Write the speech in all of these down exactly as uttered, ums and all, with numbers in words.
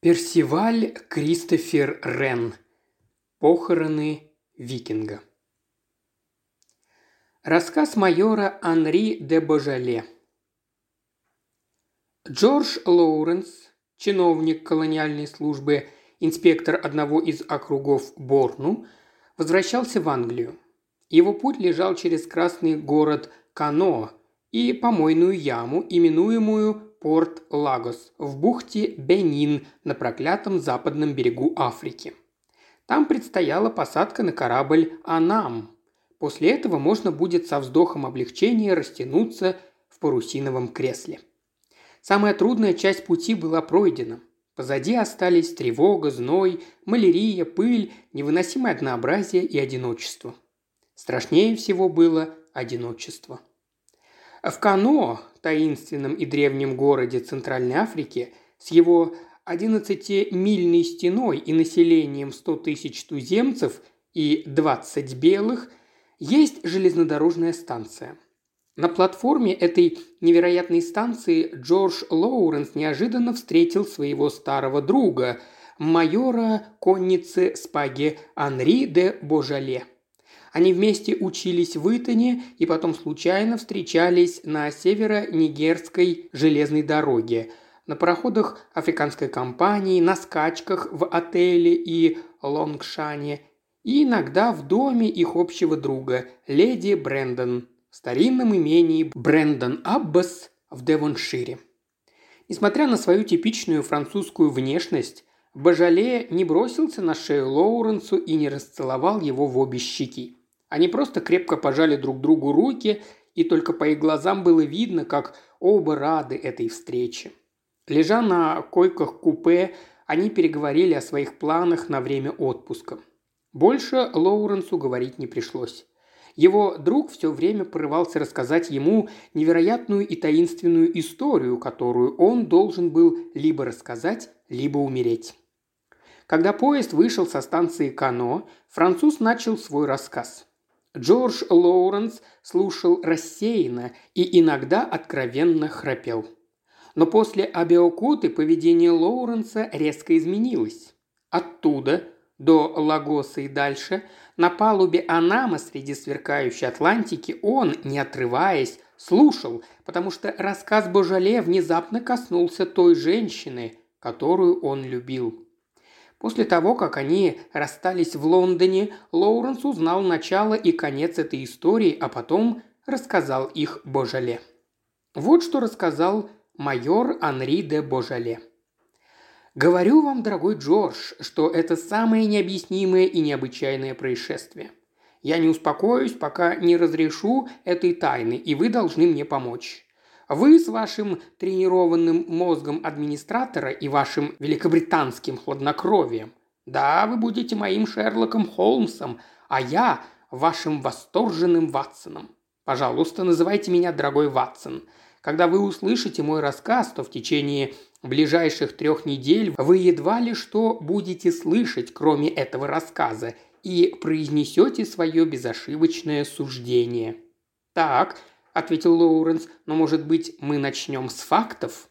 Персиваль Кристофер Рен. Похороны викинга. Рассказ майора Анри де Божале. Джордж Лоуренс, чиновник колониальной службы, инспектор одного из округов Борну, возвращался в Англию. Его путь лежал через красный город Каноа и помойную яму, именуемую Порт-Лагос, в бухте Бенин на проклятом западном берегу Африки. Там предстояла посадка на корабль «Анам». После этого можно будет со вздохом облегчения растянуться в парусиновом кресле. Самая трудная часть пути была пройдена. Позади остались тревога, зной, малярия, пыль, невыносимое однообразие и одиночество. Страшнее всего было одиночество. В Каноа, таинственном и древнем городе Центральной Африки, с его одиннадцатимильной стеной и населением сто тысяч туземцев и двадцать белых, есть железнодорожная станция. На платформе этой невероятной станции Джордж Лоуренс неожиданно встретил своего старого друга, майора конницы Спаги Анри де Божале. Они вместе учились в Итоне и потом случайно встречались на северо-нигерской железной дороге, на пароходах африканской компании, на скачках в отеле и Лонгшане и иногда в доме их общего друга, леди Брэндон, в старинном имении Брэндон Аббас в Девоншире. Несмотря на свою типичную французскую внешность, Божале не бросился на шею Лоуренсу и не расцеловал его в обе щеки. Они просто крепко пожали друг другу руки, и только по их глазам было видно, как оба рады этой встрече. Лежа на койках купе, они переговорили о своих планах на время отпуска. Больше Лоуренсу говорить не пришлось. Его друг все время порывался рассказать ему невероятную и таинственную историю, которую он должен был либо рассказать, либо умереть. Когда поезд вышел со станции Кано, француз начал свой рассказ. Джордж Лоуренс слушал рассеянно и иногда откровенно храпел. Но после Абеокуты поведение Лоуренса резко изменилось. Оттуда до Лагоса и дальше, на палубе Анама среди сверкающей Атлантики он, не отрываясь, слушал, потому что рассказ Божале внезапно коснулся той женщины, которую он любил. После того, как они расстались в Лондоне, Лоуренс узнал начало и конец этой истории, а потом рассказал их Божале. Вот что рассказал майор Анри де Божале. «Говорю вам, дорогой Джордж, что это самое необъяснимое и необычайное происшествие. Я не успокоюсь, пока не разрешу этой тайны, и вы должны мне помочь. Вы с вашим тренированным мозгом администратора и вашим великобританским хладнокровием. Да, вы будете моим Шерлоком Холмсом, а я вашим восторженным Ватсоном. Пожалуйста, называйте меня дорогой Ватсон. Когда вы услышите мой рассказ, то в течение ближайших трех недель вы едва ли что будете слышать, кроме этого рассказа, и произнесете свое безошибочное суждение. Так, – ответил Лоуренс, – но, может быть, мы начнем с фактов?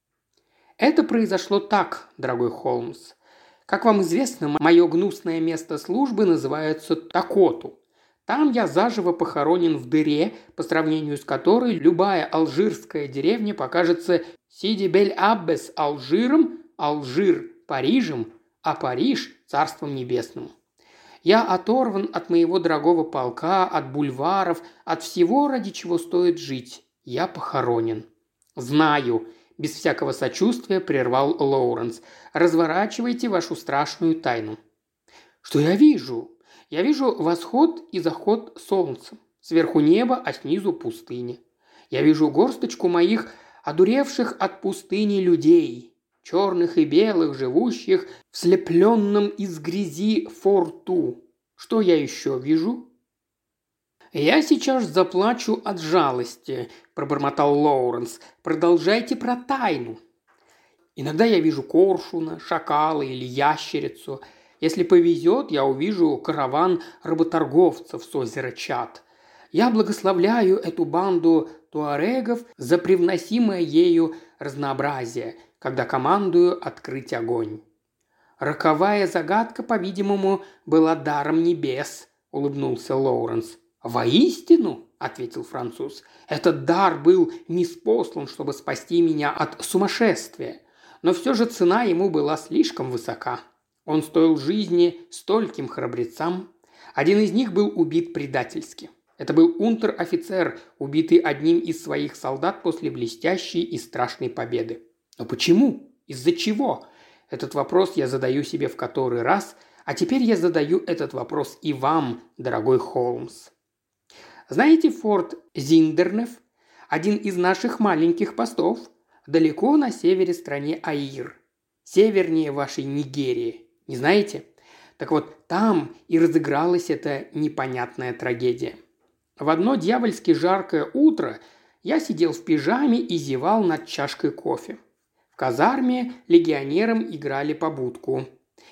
Это произошло так, дорогой Холмс. Как вам известно, мое гнусное место службы называется Такоту. Там я заживо похоронен в дыре, по сравнению с которой любая алжирская деревня покажется Сиди-Бель-Аббес Алжиром, Алжир – Парижем, а Париж – Царством Небесным. Я оторван от моего дорогого полка, от бульваров, от всего, ради чего стоит жить. Я похоронен». «Знаю», – без всякого сочувствия прервал Лоуренс. «Разворачивайте вашу страшную тайну». «Что я вижу? Я вижу восход и заход солнца. Сверху небо, а снизу пустыня. Я вижу горсточку моих одуревших от пустыни людей, черных и белых, живущих в слепленном из грязи форту. Что я еще вижу?» «Я сейчас заплачу от жалости», – пробормотал Лоуренс. «Продолжайте про тайну». «Иногда я вижу коршуна, шакала или ящерицу. Если повезет, я увижу караван работорговцев с озера Чад. Я благословляю эту банду туарегов за привносимое ею разнообразие. когда командую открыть огонь». «Роковая загадка, по-видимому, была даром небес», – улыбнулся Лоуренс. «Воистину», – ответил француз, – «этот дар был ниспослан, чтобы спасти меня от сумасшествия. Но все же цена ему была слишком высока. Он стоил жизни стольким храбрецам. Один из них был убит предательски. Это был унтер-офицер, убитый одним из своих солдат после блестящей и страшной победы. Но почему? Из-за чего? Этот вопрос я задаю себе в который раз, а теперь я задаю этот вопрос и вам, дорогой Холмс. Знаете форт Зиндернеф? Один из наших маленьких постов, далеко на севере страны Аир, севернее вашей Нигерии. Не знаете? Так вот, там и разыгралась эта непонятная трагедия. В одно дьявольски жаркое утро я сидел в пижаме и зевал над чашкой кофе. В казарме легионерам играли по будку.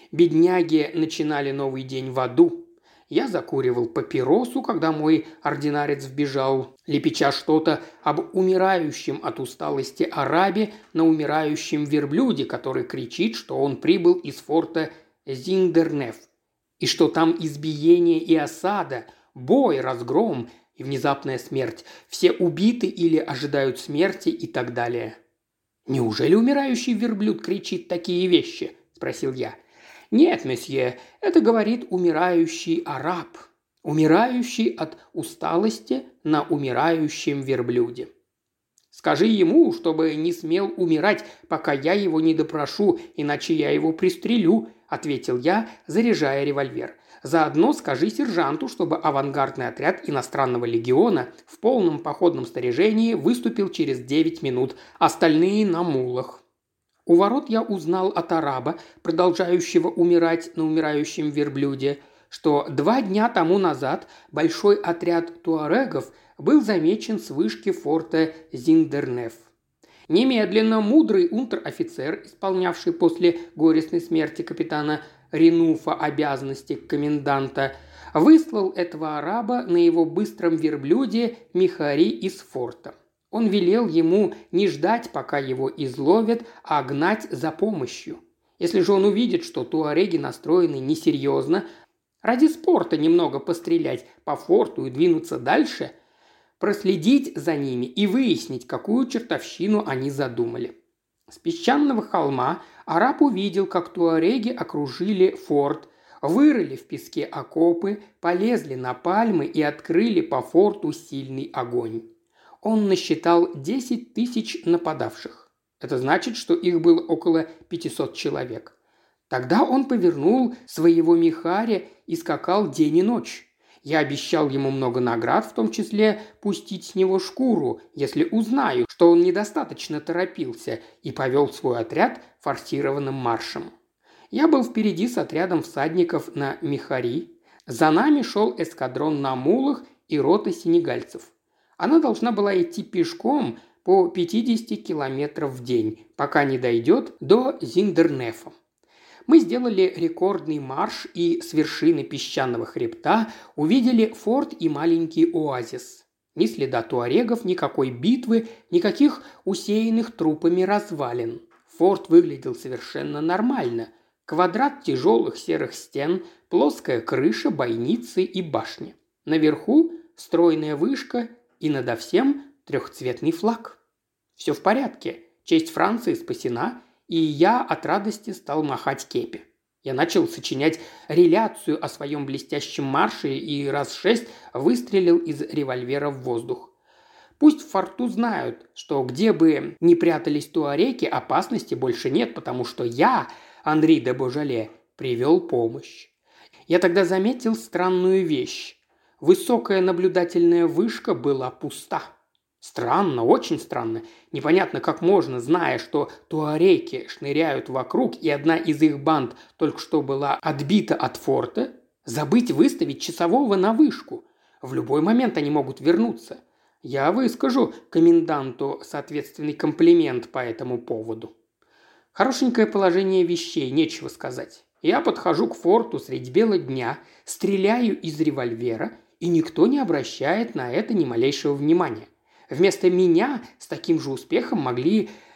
Бедняги начинали новый день в аду. Я закуривал папиросу, когда мой ординарец вбежал, лепеча что-то об умирающем от усталости арабе на умирающем верблюде, который кричит, что он прибыл из форта Зиндернеф, и что там избиение и осада, бой, разгром и внезапная смерть. Все убиты или ожидают смерти и так далее. «Неужели умирающий верблюд кричит такие вещи?» – спросил я. «Нет, месье, это говорит умирающий араб, умирающий от усталости на умирающем верблюде. Скажи ему, чтобы не смел умирать, пока я его не допрошу, иначе я его пристрелю», – ответил я, заряжая револьвер. «Заодно скажи сержанту, чтобы авангардный отряд иностранного легиона в полном походном снаряжении выступил через девять минут, остальные на мулах». У ворот я узнал от араба, продолжающего умирать на умирающем верблюде, что два дня тому назад большой отряд туарегов был замечен с вышки форта Зиндернеф. Немедленно мудрый унтер-офицер, исполнявший после горестной смерти капитана Ренуфа обязанности коменданта, выслал этого араба на его быстром верблюде Михари из форта. Он велел ему не ждать, пока его изловят, а гнать за помощью. Если же он увидит, что туареги настроены несерьезно, ради спорта немного пострелять по форту и двинуться дальше, проследить за ними и выяснить, какую чертовщину они задумали. С песчаного холма араб увидел, как туареги окружили форт, вырыли в песке окопы, полезли на пальмы и открыли по форту сильный огонь. Он насчитал десять тысяч нападавших. Это значит, что их было около пятисот человек. Тогда он повернул своего Михаря и скакал день и ночь. Я обещал ему много наград, в том числе пустить с него шкуру, если узнаю, что он недостаточно торопился, и повел свой отряд форсированным маршем. Я был впереди с отрядом всадников на Михари. За нами шел эскадрон на мулах и рота сенегальцев. Она должна была идти пешком по пятьдесят километров в день, пока не дойдет до Зиндернефа. Мы сделали рекордный марш и с вершины песчаного хребта увидели форт и маленький оазис. Ни следа туарегов, никакой битвы, никаких усеянных трупами развалин. Форт выглядел совершенно нормально. Квадрат тяжелых серых стен, плоская крыша, бойницы и башни. Наверху стройная вышка и надо всем трехцветный флаг. Все в порядке, честь Франции спасена, и я от радости стал махать кепи. Я начал сочинять реляцию о своем блестящем марше и раз шесть выстрелил из револьвера в воздух. Пусть в форту знают, что где бы ни прятались туареги, опасности больше нет, потому что я, Анри де Божале, привел помощь. Я тогда заметил странную вещь. Высокая наблюдательная вышка была пуста. Странно, очень странно. Непонятно, как можно, зная, что туареги шныряют вокруг, и одна из их банд только что была отбита от форта, забыть выставить часового на вышку. В любой момент они могут вернуться. Я выскажу коменданту соответственный комплимент по этому поводу. Хорошенькое положение вещей, нечего сказать. Я подхожу к форту средь бела дня, стреляю из револьвера, и никто не обращает на это ни малейшего внимания. Вместо меня с таким же успехом могли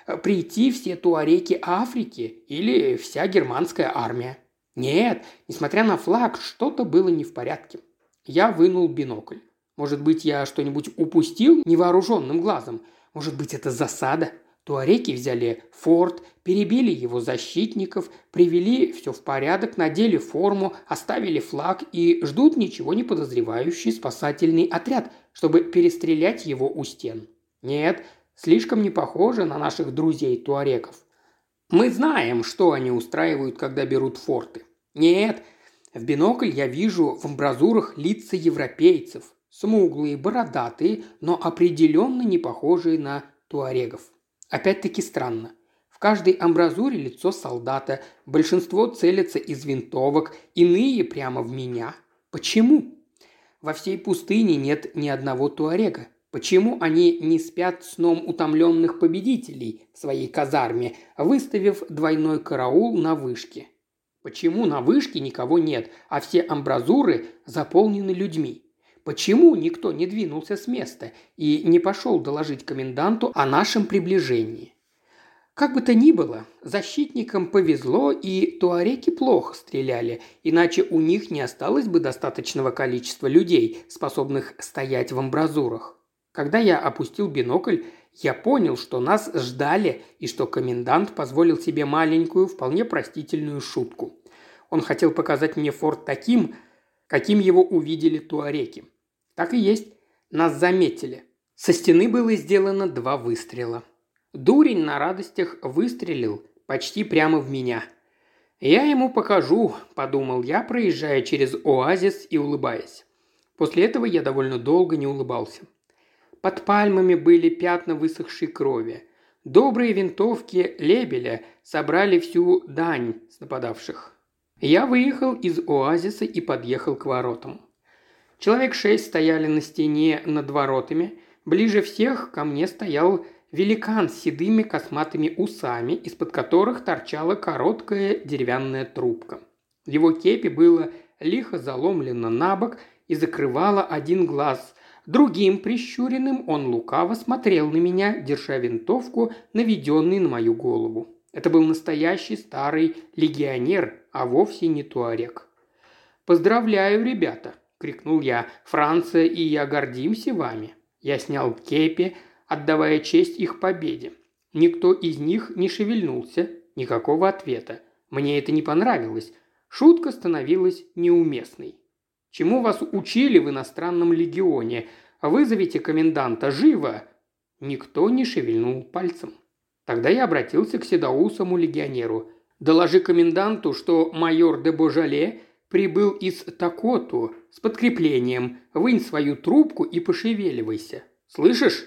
э, прийти все туареки Африки или вся германская армия. Нет, несмотря на флаг, что-то было не в порядке. Я вынул бинокль. Может быть, я что-нибудь упустил невооруженным глазом? Может быть, это засада? Туареки взяли форт, перебили его защитников, привели все в порядок, надели форму, оставили флаг и ждут ничего не подозревающий спасательный отряд, чтобы перестрелять его у стен. Нет, слишком не похоже на наших друзей-туареков. Мы знаем, что они устраивают, когда берут форты. Нет, в бинокль я вижу в амбразурах лица европейцев, смуглые, бородатые, но определенно не похожие на туарегов. Опять-таки странно. В каждой амбразуре лицо солдата, большинство целятся из винтовок, иные прямо в меня. Почему? Во всей пустыне нет ни одного туарега. Почему они не спят сном утомленных победителей в своей казарме, выставив двойной караул на вышке? Почему на вышке никого нет, а все амбразуры заполнены людьми? Почему никто не двинулся с места и не пошел доложить коменданту о нашем приближении? Как бы то ни было, защитникам повезло, и туареки плохо стреляли, иначе у них не осталось бы достаточного количества людей, способных стоять в амбразурах. Когда я опустил бинокль, я понял, что нас ждали и что комендант позволил себе маленькую, вполне простительную шутку. Он хотел показать мне форт таким, каким его увидели туареки. Так и есть, нас заметили. Со стены было сделано два выстрела. Дурень на радостях выстрелил почти прямо в меня. «Я ему покажу», – подумал я, проезжая через оазис и улыбаясь. После этого я довольно долго не улыбался. Под пальмами были пятна высохшей крови. Добрые винтовки Лебеля собрали всю дань с нападавших. Я выехал из оазиса и подъехал к воротам. Человек шесть стояли на стене над воротами. Ближе всех ко мне стоял великан с седыми косматыми усами, из-под которых торчала короткая деревянная трубка. Его кепи было лихо заломлено на бок и закрывало один глаз. Другим прищуренным он лукаво смотрел на меня, держа винтовку, наведенной на мою голову. Это был настоящий старый легионер, а вовсе не туарек. «Поздравляю, ребята!» – крикнул я. «Франция и я гордимся вами!» Я снял кепи, отдавая честь их победе. Никто из них не шевельнулся, никакого ответа. Мне это не понравилось. Шутка становилась неуместной. «Чему вас учили в иностранном легионе? Вызовите коменданта живо!» Никто не шевельнул пальцем. Тогда я обратился к седоусому легионеру. «Доложи коменданту, что майор де Божале прибыл из Такоту с подкреплением. Вынь свою трубку и пошевеливайся. Слышишь?»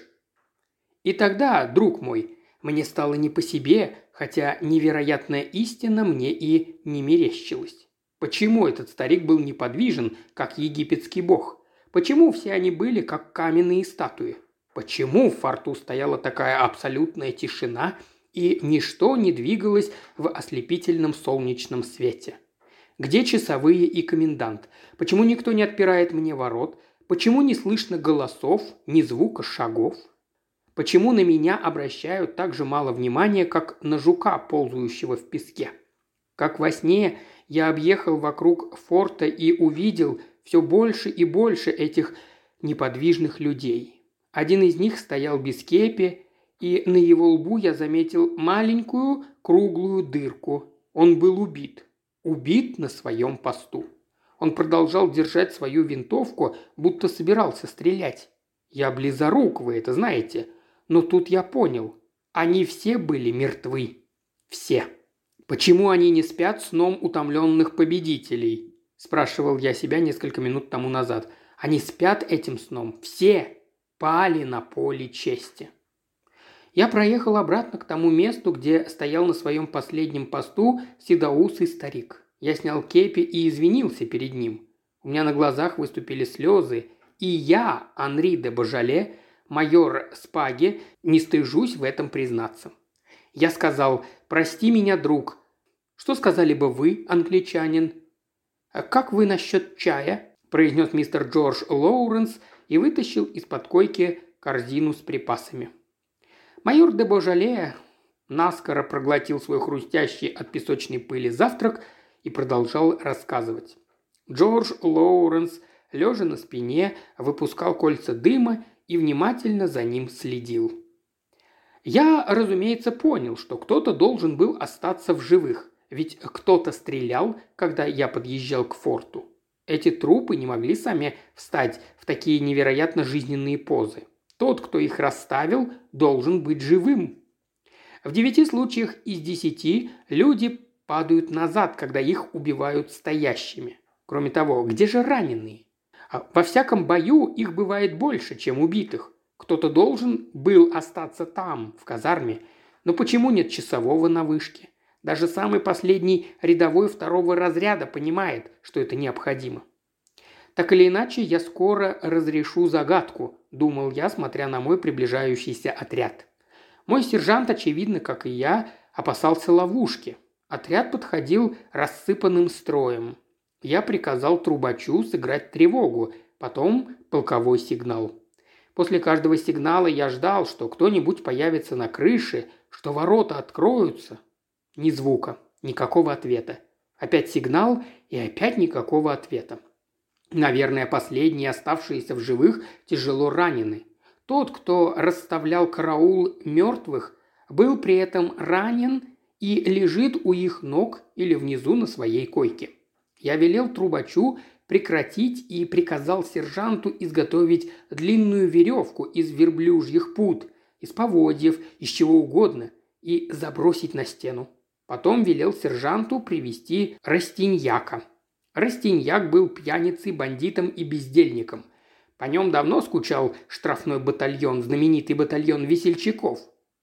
И тогда, друг мой, мне стало не по себе, хотя невероятная истина мне и не мерещилась. Почему этот старик был неподвижен, как египетский бог? Почему все они были, как каменные статуи? Почему в форту стояла такая абсолютная тишина, и ничто не двигалось в ослепительном солнечном свете? Где часовые и комендант? Почему никто не отпирает мне ворот? Почему не слышно голосов, ни звука шагов? Почему на меня обращают так же мало внимания, как на жука, ползающего в песке? Как во сне я объехал вокруг форта и увидел все больше и больше этих неподвижных людей. Один из них стоял без кепи, и на его лбу я заметил маленькую круглую дырку. Он был убит. Убит на своем посту. Он продолжал держать свою винтовку, будто собирался стрелять. Я близорук, вы это знаете. Но тут я понял. Они все были мертвы. Все. «Почему они не спят сном утомленных победителей?» – спрашивал я себя несколько минут тому назад. «Они спят этим сном. Все пали на поле чести». Я проехал обратно к тому месту, где стоял на своем последнем посту седоусый старик. Я снял кепи и извинился перед ним. У меня на глазах выступили слезы, и я, Анри де Божале, майор Спаги, не стыжусь в этом признаться. Я сказал: «Прости меня, друг». «Что сказали бы вы, англичанин?» «Как вы насчет чая?» – произнес мистер Джордж Лоуренс и вытащил из-под койки корзину с припасами. Майор де Божале наскоро проглотил свой хрустящий от песочной пыли завтрак и продолжал рассказывать. Джордж Лоуренс, лежа на спине, выпускал кольца дыма и внимательно за ним следил. Я, разумеется, понял, что кто-то должен был остаться в живых, ведь кто-то стрелял, когда я подъезжал к форту. Эти трупы не могли сами встать в такие невероятно жизненные позы. Тот, кто их расставил, должен быть живым. В девяти случаях из десяти люди падают назад, когда их убивают стоящими. Кроме того, где же раненые? Во всяком бою их бывает больше, чем убитых. Кто-то должен был остаться там, в казарме. Но почему нет часового на вышке? Даже самый последний рядовой второго разряда понимает, что это необходимо. Так или иначе, я скоро разрешу загадку, думал я, смотря на мой приближающийся отряд. Мой сержант, очевидно, как и я, опасался ловушки. Отряд подходил рассыпанным строем. Я приказал трубачу сыграть тревогу, потом полковой сигнал. После каждого сигнала я ждал, что кто-нибудь появится на крыше, что ворота откроются. Ни звука, никакого ответа. Опять сигнал и опять никакого ответа. Наверное, последние оставшиеся в живых тяжело ранены. Тот, кто расставлял караул мертвых, был при этом ранен и лежит у их ног или внизу на своей койке. Я велел трубачу прекратить и приказал сержанту изготовить длинную веревку из верблюжьих пут, из поводьев, из чего угодно, и забросить на стену. Потом велел сержанту привести Растиньяка. Растиньяк был пьяницей, бандитом и бездельником. По нем давно скучал штрафной батальон, знаменитый батальон весельчаков.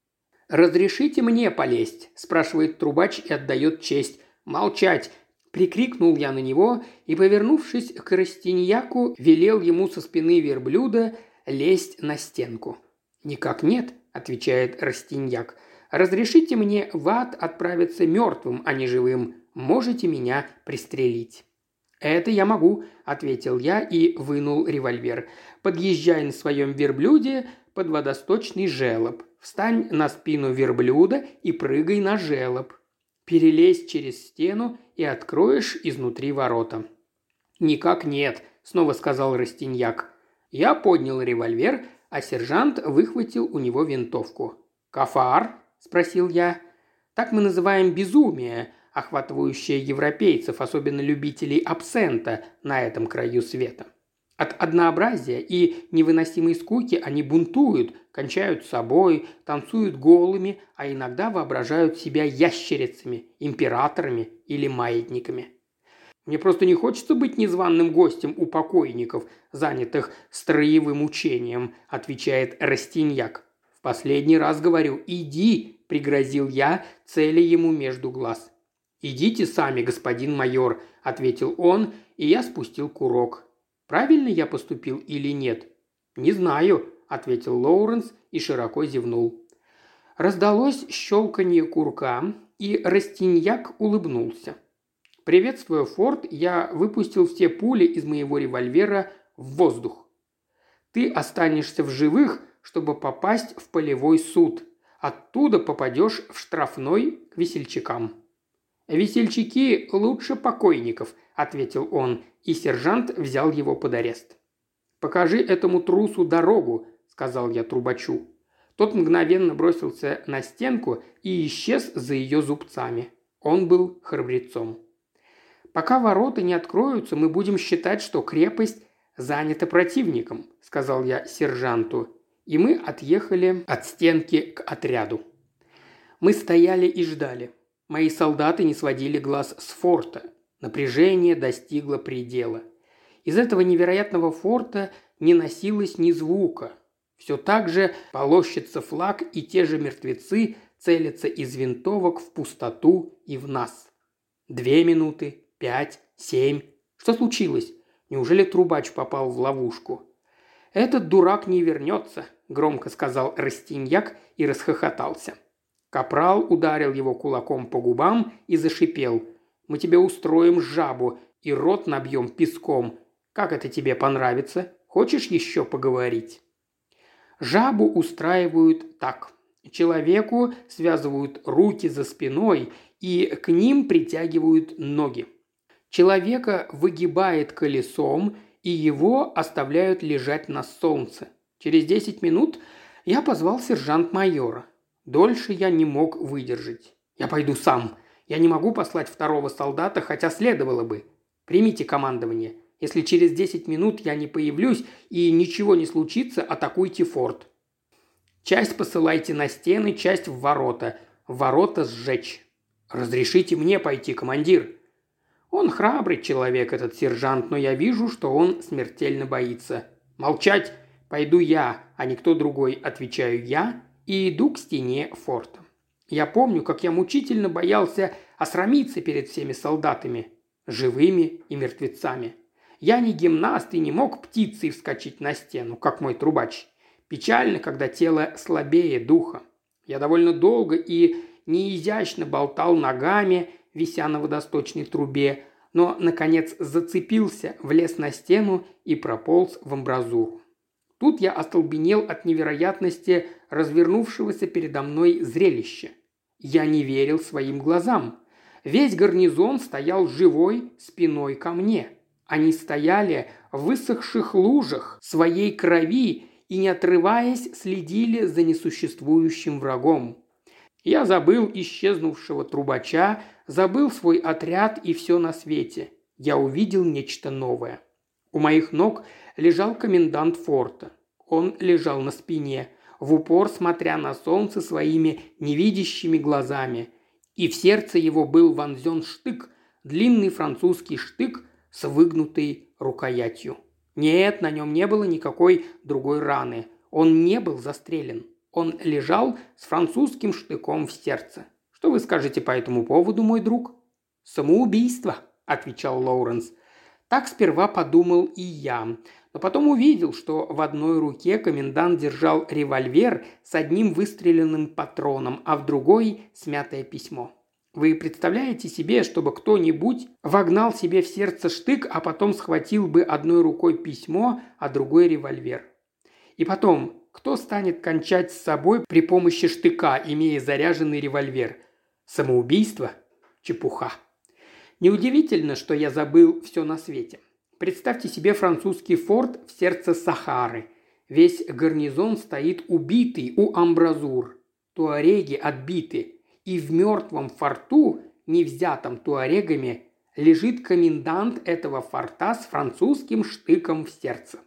«Разрешите мне полезть?» – спрашивает трубач и отдает честь. «Молчать!» – прикрикнул я на него и, повернувшись к Растиньяку, велел ему со спины верблюда лезть на стенку. «Никак нет», – отвечает Растиньяк. «Разрешите мне в ад отправиться мертвым, а не живым. Можете меня пристрелить». «Это я могу», – ответил я и вынул револьвер. «Подъезжай на своем верблюде под водосточный желоб. Встань на спину верблюда и прыгай на желоб. Перелезь через стену и откроешь изнутри ворота». «Никак нет», – снова сказал Растиньяк. Я поднял револьвер, а сержант выхватил у него винтовку. «Кафар?» – спросил я. «Так мы называем безумие, охватывающее европейцев, особенно любителей абсента на этом краю света. От однообразия и невыносимой скуки они бунтуют, кончают собой, танцуют голыми, а иногда воображают себя ящерицами, императорами или маятниками. Мне просто не хочется быть незваным гостем у покойников, занятых строевым учением», – отвечает Растиньяк. «В последний раз говорю, иди», – пригрозил я, целя ему между глаз. «Идите сами, господин майор», – ответил он, и я спустил курок. «Правильно я поступил или нет?» «Не знаю», – ответил Лоуренс и широко зевнул. Раздалось щелканье курка, и Растиньяк улыбнулся. Приветствуя форт, я выпустил все пули из моего револьвера в воздух. «Ты останешься в живых, чтобы попасть в полевой суд. Оттуда попадешь в штрафной к весельчакам». «Весельчаки лучше покойников», – ответил он, и сержант взял его под арест. «Покажи этому трусу дорогу», – сказал я трубачу. Тот мгновенно бросился на стенку и исчез за ее зубцами. Он был храбрецом. «Пока ворота не откроются, мы будем считать, что крепость занята противником», – сказал я сержанту, и мы отъехали от стенки к отряду. Мы стояли и ждали. Мои солдаты не сводили глаз с форта. Напряжение достигло предела. Из этого невероятного форта не носилось ни звука. Все так же полощется флаг, и те же мертвецы целятся из винтовок в пустоту и в нас. Две минуты, пять, семь. Что случилось? Неужели трубач попал в ловушку? «Этот дурак не вернется», – громко сказал Растиньяк и расхохотался. Капрал ударил его кулаком по губам и зашипел. «Мы тебе устроим жабу и рот набьем песком. Как это тебе понравится? Хочешь еще поговорить?» Жабу устраивают так. Человеку связывают руки за спиной и к ним притягивают ноги. Человека выгибает колесом, и его оставляют лежать на солнце. Через десять минут я позвал сержант-майора. Дольше я не мог выдержать. Я пойду сам. Я не могу послать второго солдата, хотя следовало бы. Примите командование. Если через десять минут я не появлюсь и ничего не случится, атакуйте форт. Часть посылайте на стены, часть в ворота. Ворота сжечь. Разрешите мне пойти, командир. Он храбрый человек, этот сержант, но я вижу, что он смертельно боится. Молчать! Пойду я, а не кто другой, отвечаю я и иду к стене форта. Я помню, как я мучительно боялся осрамиться перед всеми солдатами, живыми и мертвецами. Я не гимнаст и не мог птицей вскочить на стену, как мой трубач. Печально, когда тело слабее духа. Я довольно долго и неизящно болтал ногами, вися на водосточной трубе, но, наконец, зацепился, влез на стену и прополз в амбразуру. Тут я остолбенел от невероятности развернувшегося передо мной зрелища. Я не верил своим глазам. Весь гарнизон стоял живой спиной ко мне. Они стояли в высохших лужах своей крови и, не отрываясь, следили за несуществующим врагом. Я забыл исчезнувшего трубача, забыл свой отряд и все на свете. Я увидел нечто новое. У моих ног лежал комендант форта. Он лежал на спине, в упор смотря на солнце своими невидящими глазами. И в сердце его был вонзен штык, длинный французский штык с выгнутой рукоятью. Нет, на нем не было никакой другой раны. Он не был застрелен. Он лежал с французским штыком в сердце. Что вы скажете по этому поводу, мой друг? «Самоубийство», – отвечал Лоуренс. Так сперва подумал и я, но потом увидел, что в одной руке комендант держал револьвер с одним выстреленным патроном, а в другой – смятое письмо. Вы представляете себе, чтобы кто-нибудь вогнал себе в сердце штык, а потом схватил бы одной рукой письмо, а другой револьвер? И потом, кто станет кончать с собой при помощи штыка, имея заряженный револьвер? Самоубийство? Чепуха. Неудивительно, что я забыл все на свете. Представьте себе французский форт в сердце Сахары. Весь гарнизон стоит убитый у амбразур. Туареги отбиты. И в мертвом форту, не взятом туарегами, лежит комендант этого форта с французским штыком в сердце.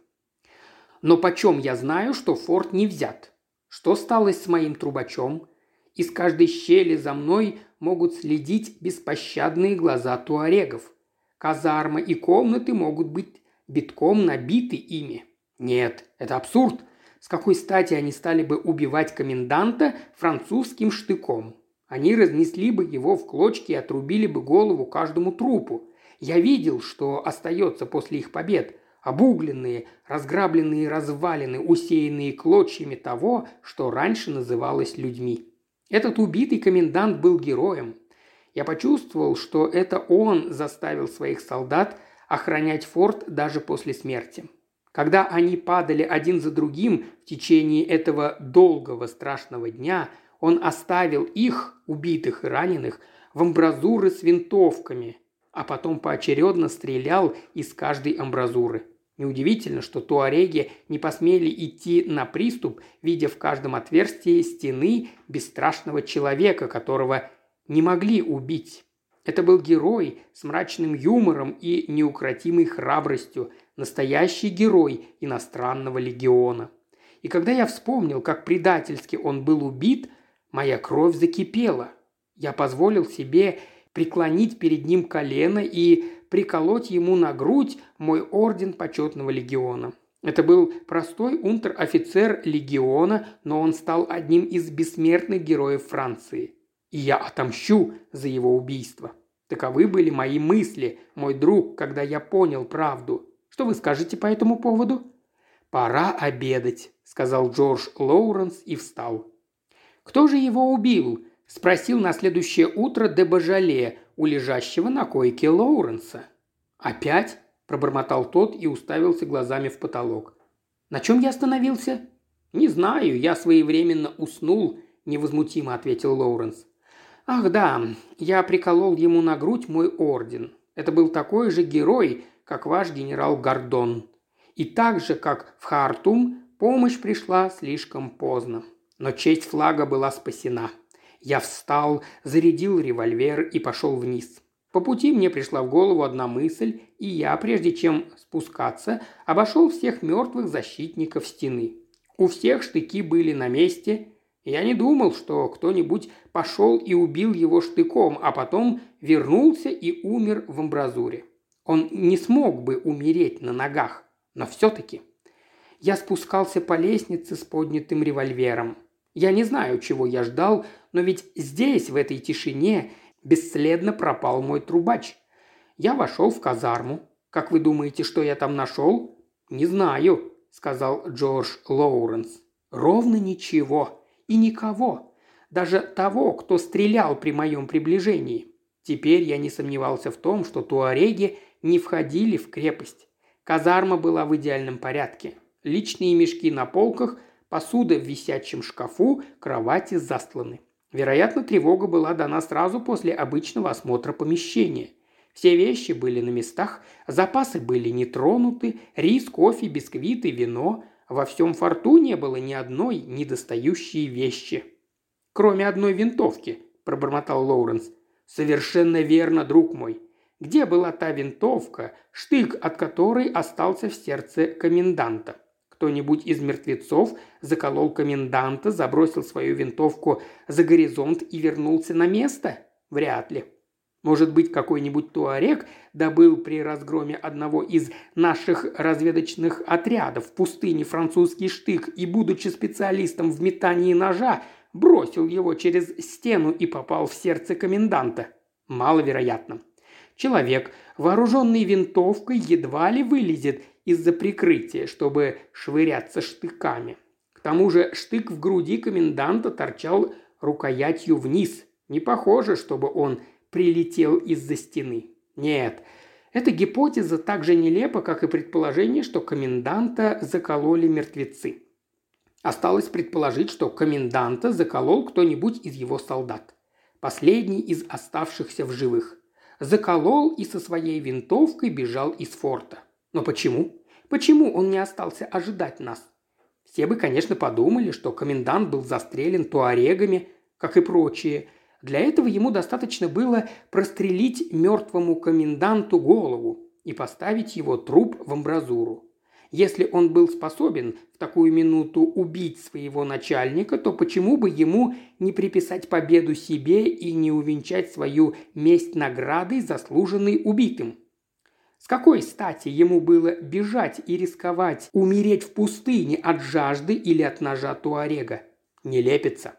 Но почем я знаю, что форт не взят? Что стало с моим трубачом? Из каждой щели за мной могут следить беспощадные глаза туарегов. Казарма и комнаты могут быть битком набиты ими. Нет, это абсурд. С какой стати они стали бы убивать коменданта французским штыком? Они разнесли бы его в клочки и отрубили бы голову каждому трупу. Я видел, что остается после их побед. Обугленные, разграбленные развалины, усеянные клочьями того, что раньше называлось людьми. Этот убитый комендант был героем. Я почувствовал, что это он заставил своих солдат охранять форт даже после смерти. Когда они падали один за другим в течение этого долгого страшного дня, он оставил их, убитых и раненых, в амбразуры с винтовками, а потом поочередно стрелял из каждой амбразуры. Неудивительно, что туареги не посмели идти на приступ, видя в каждом отверстии стены бесстрашного человека, которого не могли убить. Это был герой с мрачным юмором и неукротимой храбростью, настоящий герой иностранного легиона. И когда я вспомнил, как предательски он был убит, моя кровь закипела. Я позволил себе преклонить перед ним колено и приколоть ему на грудь мой орден почетного легиона. Это был простой унтер-офицер легиона, но он стал одним из бессмертных героев Франции. И я отомщу за его убийство. Таковы были мои мысли, мой друг, когда я понял правду. Что вы скажете по этому поводу? «Пора обедать», – сказал Джордж Лоуренс и встал. «Кто же его убил?» – спросил на следующее утро де Божале у лежащего на койке Лоуренса. «Опять?» – пробормотал тот и уставился глазами в потолок. «На чем я остановился?» «Не знаю, я своевременно уснул. невозмутимо ответил Лоуренс. «Ах да, я приколол ему на грудь мой орден. Это был такой же герой, как ваш генерал Гордон. И так же, как в Хартум, помощь пришла слишком поздно. Но честь флага была спасена. Я встал, зарядил револьвер и пошел вниз. По пути мне пришла в голову одна мысль, и я, прежде чем спускаться, обошел всех мертвых защитников стены. У всех штыки были на месте. Я не думал, что кто-нибудь пошел и убил его штыком, а потом вернулся и умер в амбразуре. Он не смог бы умереть на ногах, но все-таки. Я спускался по лестнице с поднятым револьвером. Я не знаю, чего я ждал, но ведь здесь, в этой тишине, бесследно пропал мой трубач. Я вошел в казарму. Как вы думаете, что я там нашел? Не знаю, сказал Джордж Лоуренс. Ровно ничего и никого. Даже того, кто стрелял при моем приближении. Теперь я не сомневался в том, что туареги не входили в крепость. Казарма была в идеальном порядке. Личные мешки на полках, посуда в висячем шкафу, кровати застланы. Вероятно, тревога была дана сразу после обычного осмотра помещения. Все вещи были на местах, запасы были не тронуты, рис, кофе, бисквиты, вино. Во всем форту не было ни одной недостающей вещи. «Кроме одной винтовки», – пробормотал Лоуренс. «Совершенно верно, друг мой. Где была та винтовка, штык от которой остался в сердце коменданта? Кто-нибудь из мертвецов заколол коменданта, забросил свою винтовку за горизонт и вернулся на место? Вряд ли. Может быть, какой-нибудь туарек добыл при разгроме одного из наших разведочных отрядов в пустыне французский штык и, будучи специалистом в метании ножа, бросил его через стену и попал в сердце коменданта? Маловероятно. Человек, вооруженный винтовкой, едва ли вылезет из-за прикрытия, чтобы швыряться штыками. К тому же штык в груди коменданта торчал рукоятью вниз. Не похоже, чтобы он прилетел из-за стены. Нет, эта гипотеза так же нелепа, как и предположение, что коменданта закололи мертвецы. Осталось предположить, что коменданта заколол кто-нибудь из его солдат. Последний из оставшихся в живых. Заколол и со своей винтовкой бежал из форта. Но почему? Почему он не остался ожидать нас? Все бы, конечно, подумали, что комендант был застрелен туарегами, как и прочие. Для этого ему достаточно было прострелить мертвому коменданту голову и поставить его труп в амбразуру. Если он был способен в такую минуту убить своего начальника, то почему бы ему не приписать победу себе и не увенчать свою месть наградой, заслуженной убитым? С какой стати ему было бежать и рисковать умереть в пустыне от жажды или от ножа туарега? Нелепица.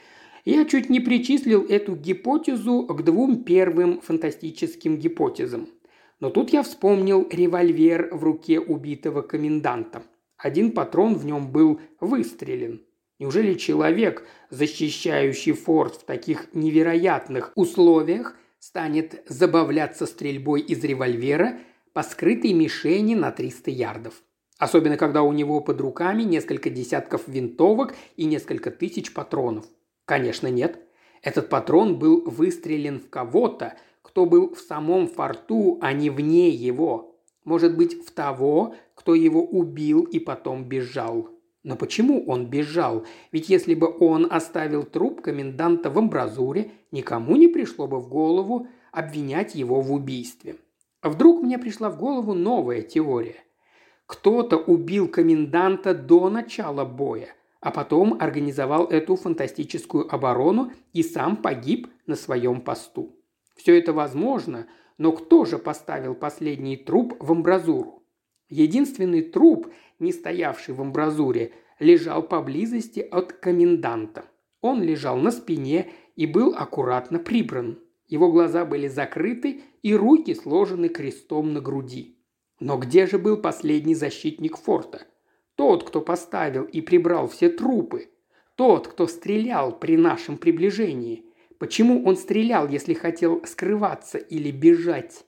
Я чуть не причислил эту гипотезу к двум первым фантастическим гипотезам. Но тут я вспомнил револьвер в руке убитого коменданта. Один патрон в нем был выстрелен. Неужели человек, защищающий форт в таких невероятных условиях, станет забавляться стрельбой из револьвера по скрытой мишени на триста ярдов? Особенно, когда у него под руками несколько десятков винтовок и несколько тысяч патронов. Конечно, нет. Этот патрон был выстрелен в кого-то, кто был в самом форту, а не вне его. Может быть, в того, кто его убил и потом бежал. Но почему он бежал? Ведь если бы он оставил труп коменданта в амбразуре, никому не пришло бы в голову обвинять его в убийстве. А вдруг мне пришла в голову новая теория. Кто-то убил коменданта до начала боя, а потом организовал эту фантастическую оборону и сам погиб на своем посту. Все это возможно, но кто же поставил последний труп в амбразуру? Единственный труп, не стоявший в амбразуре, лежал поблизости от коменданта. Он лежал на спине и был аккуратно прибран. Его глаза были закрыты и руки сложены крестом на груди. Но где же был последний защитник форта? Тот, кто поставил и прибрал все трупы. Тот, кто стрелял при нашем приближении. Почему он стрелял, если хотел скрываться или бежать?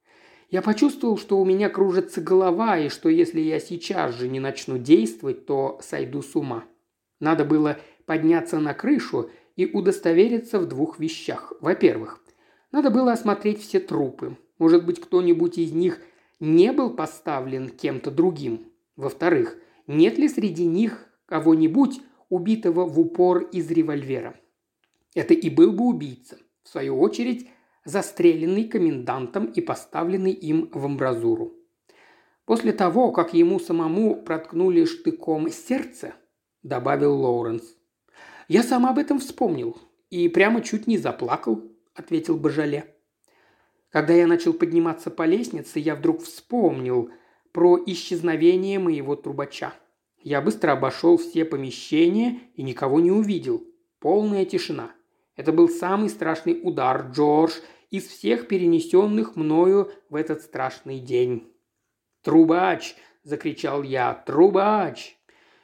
Я почувствовал, что у меня кружится голова, и что если я сейчас же не начну действовать, то сойду с ума. Надо было подняться на крышу и удостовериться в двух вещах. Во-первых, надо было осмотреть все трупы. Может быть, кто-нибудь из них не был поставлен кем-то другим. Во-вторых, нет ли среди них кого-нибудь, убитого в упор из револьвера. Это и был бы убийца, в свою очередь, застреленный комендантом и поставленный им в амбразуру. После того, как ему самому проткнули штыком сердце, добавил Лоуренс. «Я сам об этом вспомнил и прямо чуть не заплакал», – ответил Божале. «Когда я начал подниматься по лестнице, я вдруг вспомнил про исчезновение моего трубача. Я быстро обошел все помещения и никого не увидел. Полная тишина. Это был самый страшный удар, Джордж, из всех перенесенных мною в этот страшный день». «Трубач!» – закричал я. «Трубач!»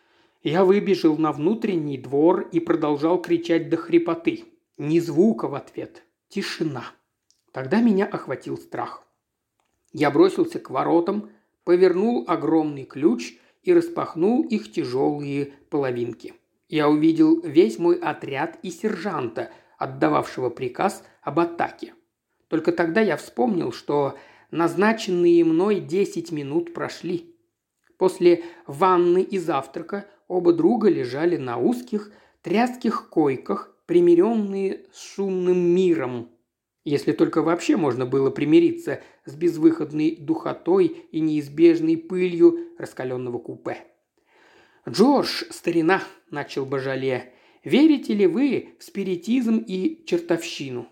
Я выбежал на внутренний двор и продолжал кричать до хрипоты. Ни звука в ответ. Тишина. Тогда меня охватил страх. Я бросился к воротам, повернул огромный ключ и распахнул их тяжелые половинки. Я увидел весь мой отряд и сержанта, отдававшего приказ об атаке. Только тогда я вспомнил, что назначенные мной десять минут прошли. После ванны и завтрака оба друга лежали на узких, тряских койках, примиренные с шумным миром. Если только вообще можно было примириться с безвыходной духотой и неизбежной пылью раскаленного купе. «Джордж, старина», – начал Божале, – «верите ли вы в спиритизм и чертовщину?»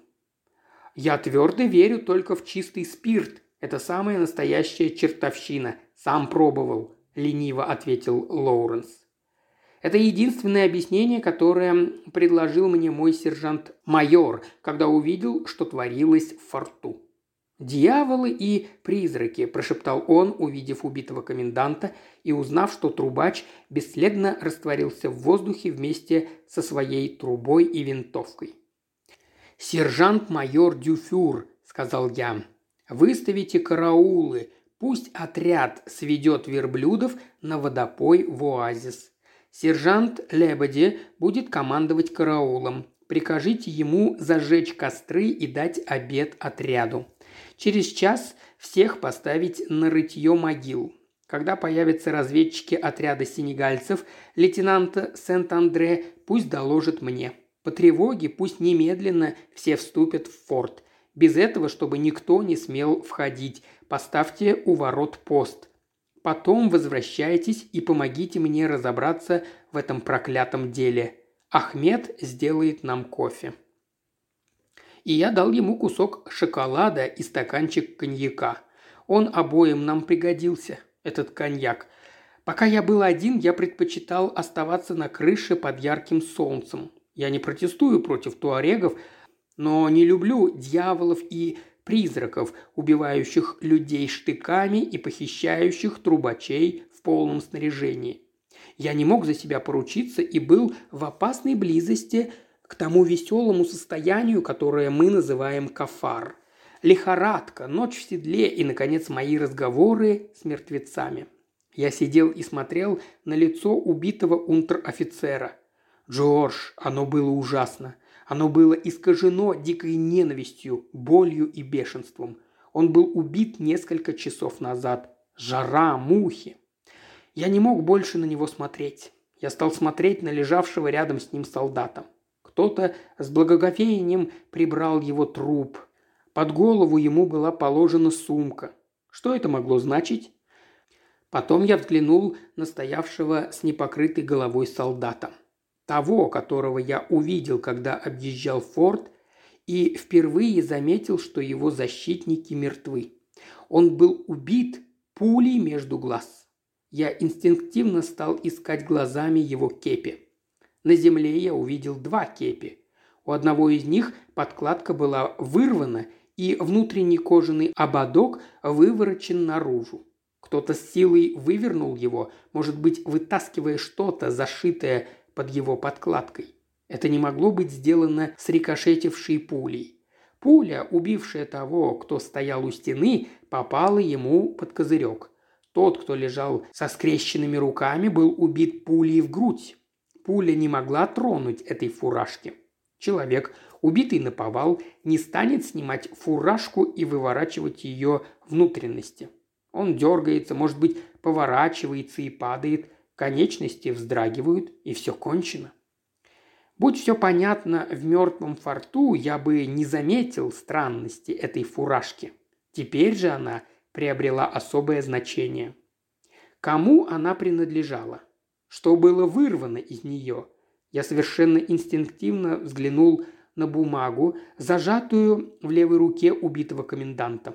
«Я твердо верю только в чистый спирт. Это самая настоящая чертовщина. Сам пробовал», – лениво ответил Лоуренс. «Это единственное объяснение, которое предложил мне мой сержант-майор, когда увидел, что творилось в форту». «Дьяволы и призраки», – прошептал он, увидев убитого коменданта и узнав, что трубач бесследно растворился в воздухе вместе со своей трубой и винтовкой. «Сержант-майор Дюфюр», – сказал я, – «выставите караулы, пусть отряд сведет верблюдов на водопой в оазис. Сержант Лебеди будет командовать караулом. Прикажите ему зажечь костры и дать обед отряду. Через час всех поставить на рытье могил. Когда появятся разведчики отряда сенегальцев, лейтенанта Сент-Андре пусть доложит мне. По тревоге пусть немедленно все вступят в форт. Без этого, чтобы никто не смел входить, поставьте у ворот пост. Потом возвращайтесь и помогите мне разобраться в этом проклятом деле. Ахмед сделает нам кофе». И я дал ему кусок шоколада и стаканчик коньяка. Он обоим нам пригодился, этот коньяк. Пока я был один, я предпочитал оставаться на крыше под ярким солнцем. Я не протестую против туарегов, но не люблю дьяволов и призраков, убивающих людей штыками и похищающих трубачей в полном снаряжении. Я не мог за себя поручиться и был в опасной близости к тому веселому состоянию, которое мы называем кафар. Лихорадка, ночь в седле и, наконец, мои разговоры с мертвецами. Я сидел и смотрел на лицо убитого унтер-офицера. Джордж, оно было ужасно. Оно было искажено дикой ненавистью, болью и бешенством. Он был убит несколько часов назад. Жара, мухи. Я не мог больше на него смотреть. Я стал смотреть на лежавшего рядом с ним солдата. Кто-то с благоговением прибрал его труп. Под голову ему была положена сумка. Что это могло значить? Потом я взглянул на стоявшего с непокрытой головой солдата. Того, которого я увидел, когда объезжал форт, и впервые заметил, что его защитники мертвы. Он был убит пулей между глаз. Я инстинктивно стал искать глазами его кепи. На земле я увидел два кепи. У одного из них подкладка была вырвана, и внутренний кожаный ободок выворочен наружу. Кто-то с силой вывернул его, может быть, вытаскивая что-то, зашитое под его подкладкой. Это не могло быть сделано с рикошетившей пулей. Пуля, убившая того, кто стоял у стены, попала ему под козырек. Тот, кто лежал со скрещенными руками, был убит пулей в грудь. Пуля не могла тронуть этой фуражки. Человек, убитый наповал, не станет снимать фуражку и выворачивать ее внутренности. Он дергается, может быть, поворачивается и падает, конечности вздрагивают, и все кончено. Будь все понятно в мертвом форту, я бы не заметил странности этой фуражки. Теперь же она приобрела особое значение. Кому она принадлежала? Что было вырвано из нее? Я совершенно инстинктивно взглянул на бумагу, зажатую в левой руке убитого коменданта.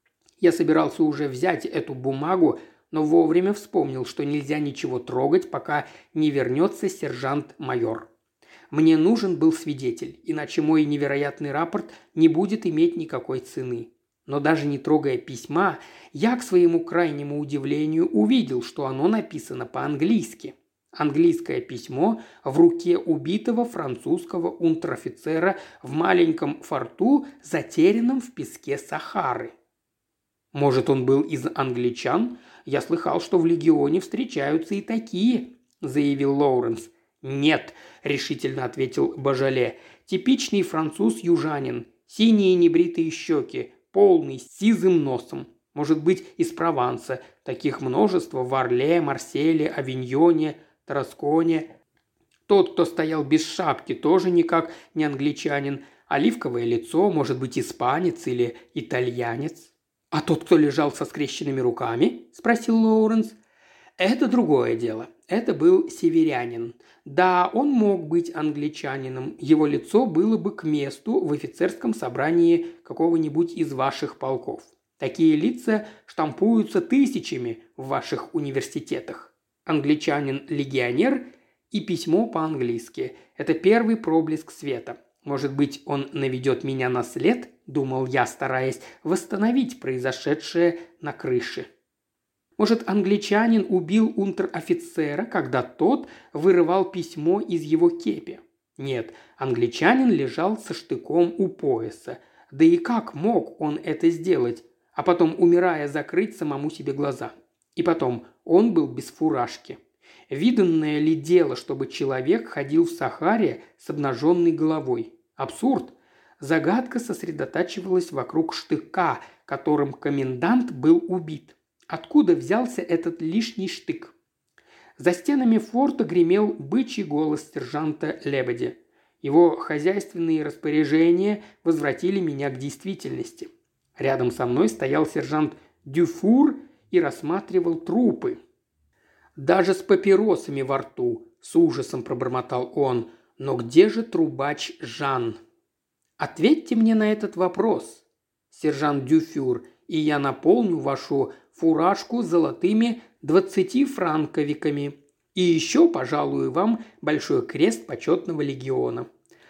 Я собирался уже взять эту бумагу, но вовремя вспомнил, что нельзя ничего трогать, пока не вернется сержант-майор. Мне нужен был свидетель, иначе мой невероятный рапорт не будет иметь никакой цены. Но даже не трогая письма, я, к своему крайнему удивлению, увидел, что оно написано по-английски. Английское письмо в руке убитого французского унтер-офицера в маленьком форту, затерянном в песке Сахары. Может, он был из англичан? Я слыхал, что в легионе встречаются и такие, заявил Лоуренс. Нет, решительно ответил Божале. Типичный француз-южанин, синие небритые щеки, полный, с сизым носом. Может быть, из Прованса. Таких множество в Орле, Марселе, Авиньоне, Тарасконе. Тот, кто стоял без шапки, тоже никак не англичанин. Оливковое лицо, может быть, испанец или итальянец. «А тот, кто лежал со скрещенными руками?» – спросил Лоуренс. «Это другое дело. Это был северянин. Да, он мог быть англичанином. Его лицо было бы к месту в офицерском собрании какого-нибудь из ваших полков. Такие лица штампуются тысячами в ваших университетах. Англичанин-легионер и письмо по-английски. Это первый проблеск света. Может быть, он наведет меня на след?» – думал я, стараясь восстановить произошедшее на крыше. Может, англичанин убил унтер-офицера, когда тот вырывал письмо из его кепи? Нет, англичанин лежал со штыком у пояса. Да и как мог он это сделать? А потом, умирая, закрыть самому себе глаза. И потом, он был без фуражки. Виданное ли дело, чтобы человек ходил в Сахаре с обнаженной головой? Абсурд. Загадка сосредотачивалась вокруг штыка, которым комендант был убит. Откуда взялся этот лишний штык? За стенами форта гремел бычий голос сержанта Лебеди. Его хозяйственные распоряжения возвратили меня к действительности. Рядом со мной стоял сержант Дюфур и рассматривал трупы. Даже с папиросами во рту, с ужасом пробормотал он. Но где же трубач Жан? Ответьте мне на этот вопрос, сержант Дюфур, и я наполню вашу фуражку золотыми двадцатифранковиками. И еще пожалую вам большой крест почетного легиона».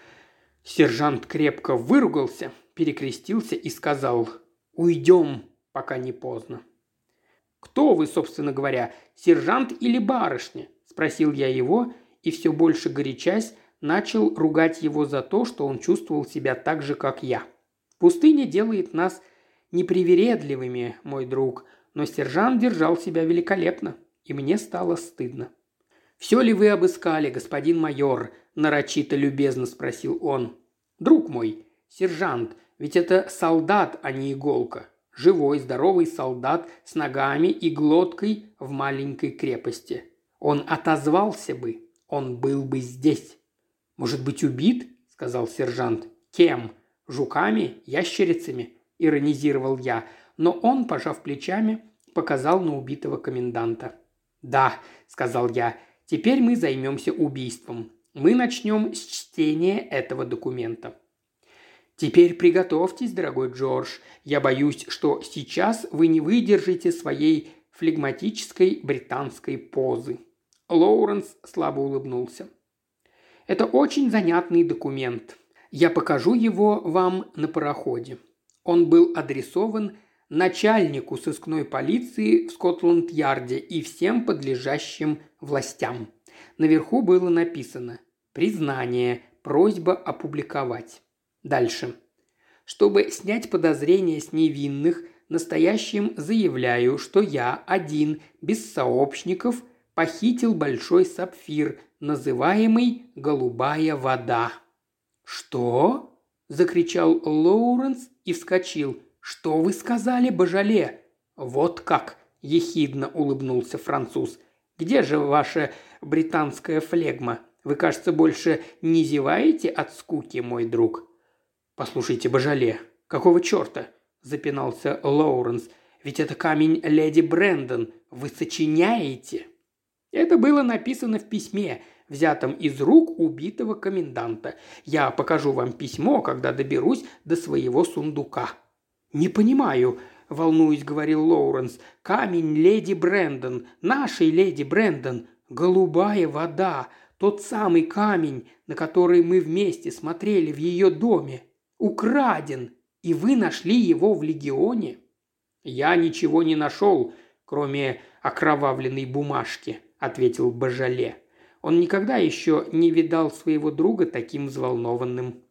Сержант крепко выругался, перекрестился и сказал: «Уйдем, пока не поздно». «Кто вы, собственно говоря, сержант или барышня?» – спросил я его, и все больше горячась начал ругать его за то, что он чувствовал себя так же, как я. Пустыня делает нас непривередливыми, мой друг, но сержант держал себя великолепно, и мне стало стыдно. «Все ли вы обыскали, господин майор?» – нарочито любезно спросил он. «Друг мой, сержант, ведь это солдат, а не иголка. Живой, здоровый солдат с ногами и глоткой в маленькой крепости. Он отозвался бы, он был бы здесь». «Может быть, убит?» – сказал сержант. «Кем? Жуками? Ящерицами?» – иронизировал я, но он, пожав плечами, показал на убитого коменданта. «Да», – сказал я, – «теперь мы займемся убийством. Мы начнем с чтения этого документа». «Теперь приготовьтесь, дорогой Джордж. Я боюсь, что сейчас вы не выдержите своей флегматической британской позы». Лоуренс слабо улыбнулся. «Это очень занятный документ. Я покажу его вам на пароходе. Он был адресован начальнику сыскной полиции в Скотланд-Ярде и всем подлежащим властям. Наверху было написано: признание, просьба опубликовать. Дальше. Чтобы снять подозрения с невинных, настоящим заявляю, что я один, без сообщников, похитил большой сапфир, называемый «голубая вода». «Что?» – закричал Лоуренс и вскочил. «Что вы сказали, Божале?» «Вот как!» – ехидно улыбнулся француз. «Где же ваша британская флегма? Вы, кажется, больше не зеваете от скуки, мой друг?» «Послушайте, Божале, какого черта?» – запинался Лоуренс. «Ведь это камень леди Брэндон. Вы сочиняете?» Это было написано в письме, взятом из рук убитого коменданта. Я покажу вам письмо, когда доберусь до своего сундука». «Не понимаю», – волнуясь, говорил Лоуренс. «Камень леди Брэндон, нашей леди Брэндон, голубая вода, тот самый камень, на который мы вместе смотрели в ее доме, украден, и вы нашли его в легионе?» «Я ничего не нашел, кроме окровавленной бумажки», – ответил Божале. Он никогда еще не видал своего друга таким взволнованным.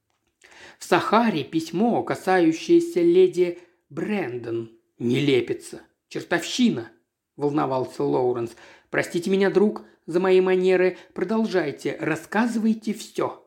«В Сахаре письмо, касающееся леди Брэндон. Нелепица, чертовщина», – волновался Лоуренс. «Простите меня, друг, за мои манеры. Продолжайте, рассказывайте все».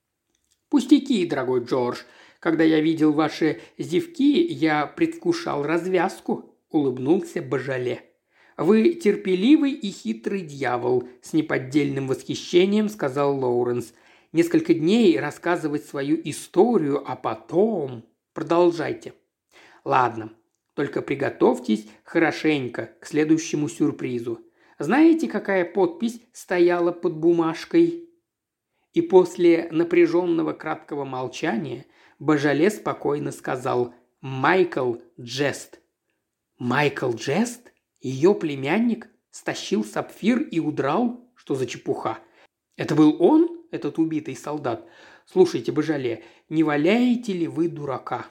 «Пустяки, дорогой Джордж. Когда я видел ваши зевки, я предвкушал развязку», – улыбнулся Божале. «Вы терпеливый и хитрый дьявол», – с неподдельным восхищением сказал Лоуренс. «Несколько дней рассказывать свою историю, а потом...» «Продолжайте». «Ладно, только приготовьтесь хорошенько к следующему сюрпризу. Знаете, какая подпись стояла под бумажкой?» И после напряженного краткого молчания Божале спокойно сказал: «Майкл Джест». «Майкл Джест? Ее племянник? Стащил сапфир и удрал? Что за чепуха? Это был он, этот убитый солдат? Слушайте, Божале, не валяете ли вы дурака?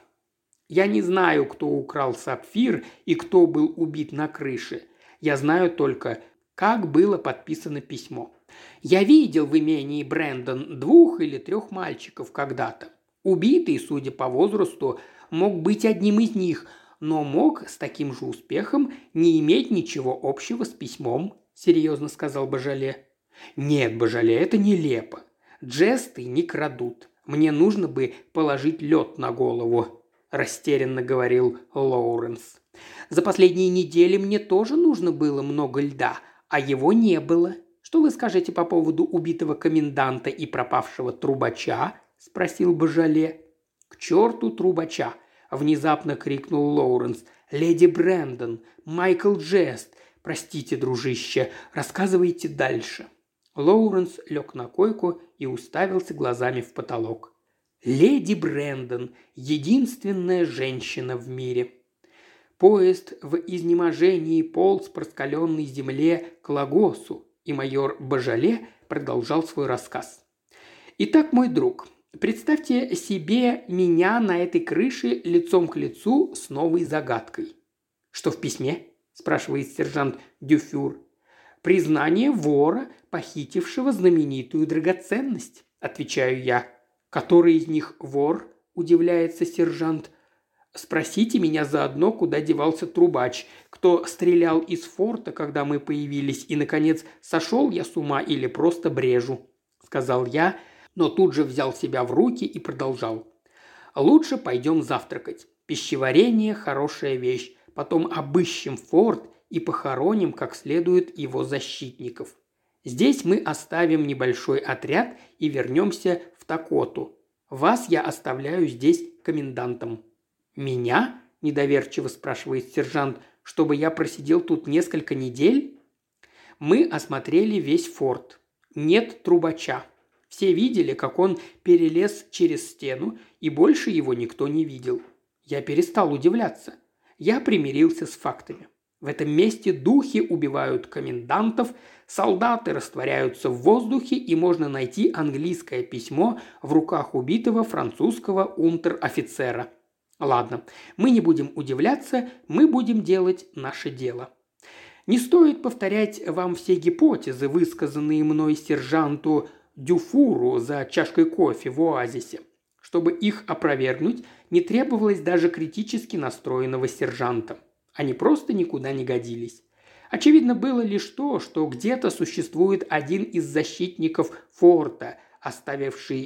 Я не знаю, кто украл сапфир и кто был убит на крыше. Я знаю только, как было подписано письмо. Я видел в имении Брэндон двух или трех мальчиков когда-то. Убитый, судя по возрасту, мог быть одним из них, но мог с таким же успехом не иметь ничего общего с письмом», – серьезно сказал Божале. «Нет, Божале, это нелепо. Джесты не крадут. Мне нужно бы положить лед на голову», – растерянно говорил Лоуренс. «За последние недели мне тоже нужно было много льда, а его не было. Что вы скажете по поводу убитого коменданта и пропавшего трубача?» – спросил Божале. «К черту трубача!» – внезапно крикнул Лоуренс. «Леди Брэндон, Майкл Джест. Простите, дружище, рассказывайте дальше». Лоуренс лег на койку и уставился глазами в потолок. «Леди Брэндон – единственная женщина в мире». Поезд в изнеможении полз по раскаленной земле к Лагосу, и майор Божале продолжал свой рассказ. «Итак, мой друг, представьте себе меня на этой крыше лицом к лицу с новой загадкой». «Что в письме?» – спрашивает сержант Дюфюр. «Признание вора, похитившего знаменитую драгоценность», – отвечаю я. «Который из них вор?» – удивляется сержант. «Спросите меня заодно, куда девался трубач, кто стрелял из форта, когда мы появились, и, наконец, сошел я с ума или просто брежу», – сказал я, но тут же взял себя в руки и продолжал. «Лучше пойдем завтракать. Пищеварение – хорошая вещь. Потом обыщем форт и похороним как следует его защитников. Здесь мы оставим небольшой отряд и вернемся в Такоту. Вас я оставляю здесь комендантом». «Меня?» – недоверчиво спрашивает сержант. «Чтобы я просидел тут несколько недель?» Мы осмотрели весь форт. Нет трубача. Все видели, как он перелез через стену, и больше его никто не видел. Я перестал удивляться. Я примирился с фактами. В этом месте духи убивают комендантов, солдаты растворяются в воздухе, и можно найти английское письмо в руках убитого французского унтер-офицера. Ладно, мы не будем удивляться, мы будем делать наше дело. Не стоит повторять вам все гипотезы, высказанные мной сержанту Дюфуру за чашкой кофе в оазисе. Чтобы их опровергнуть, не требовалось даже критически настроенного сержанта. Они просто никуда не годились. Очевидно было лишь то, что где-то существует один из защитников форта, оставивший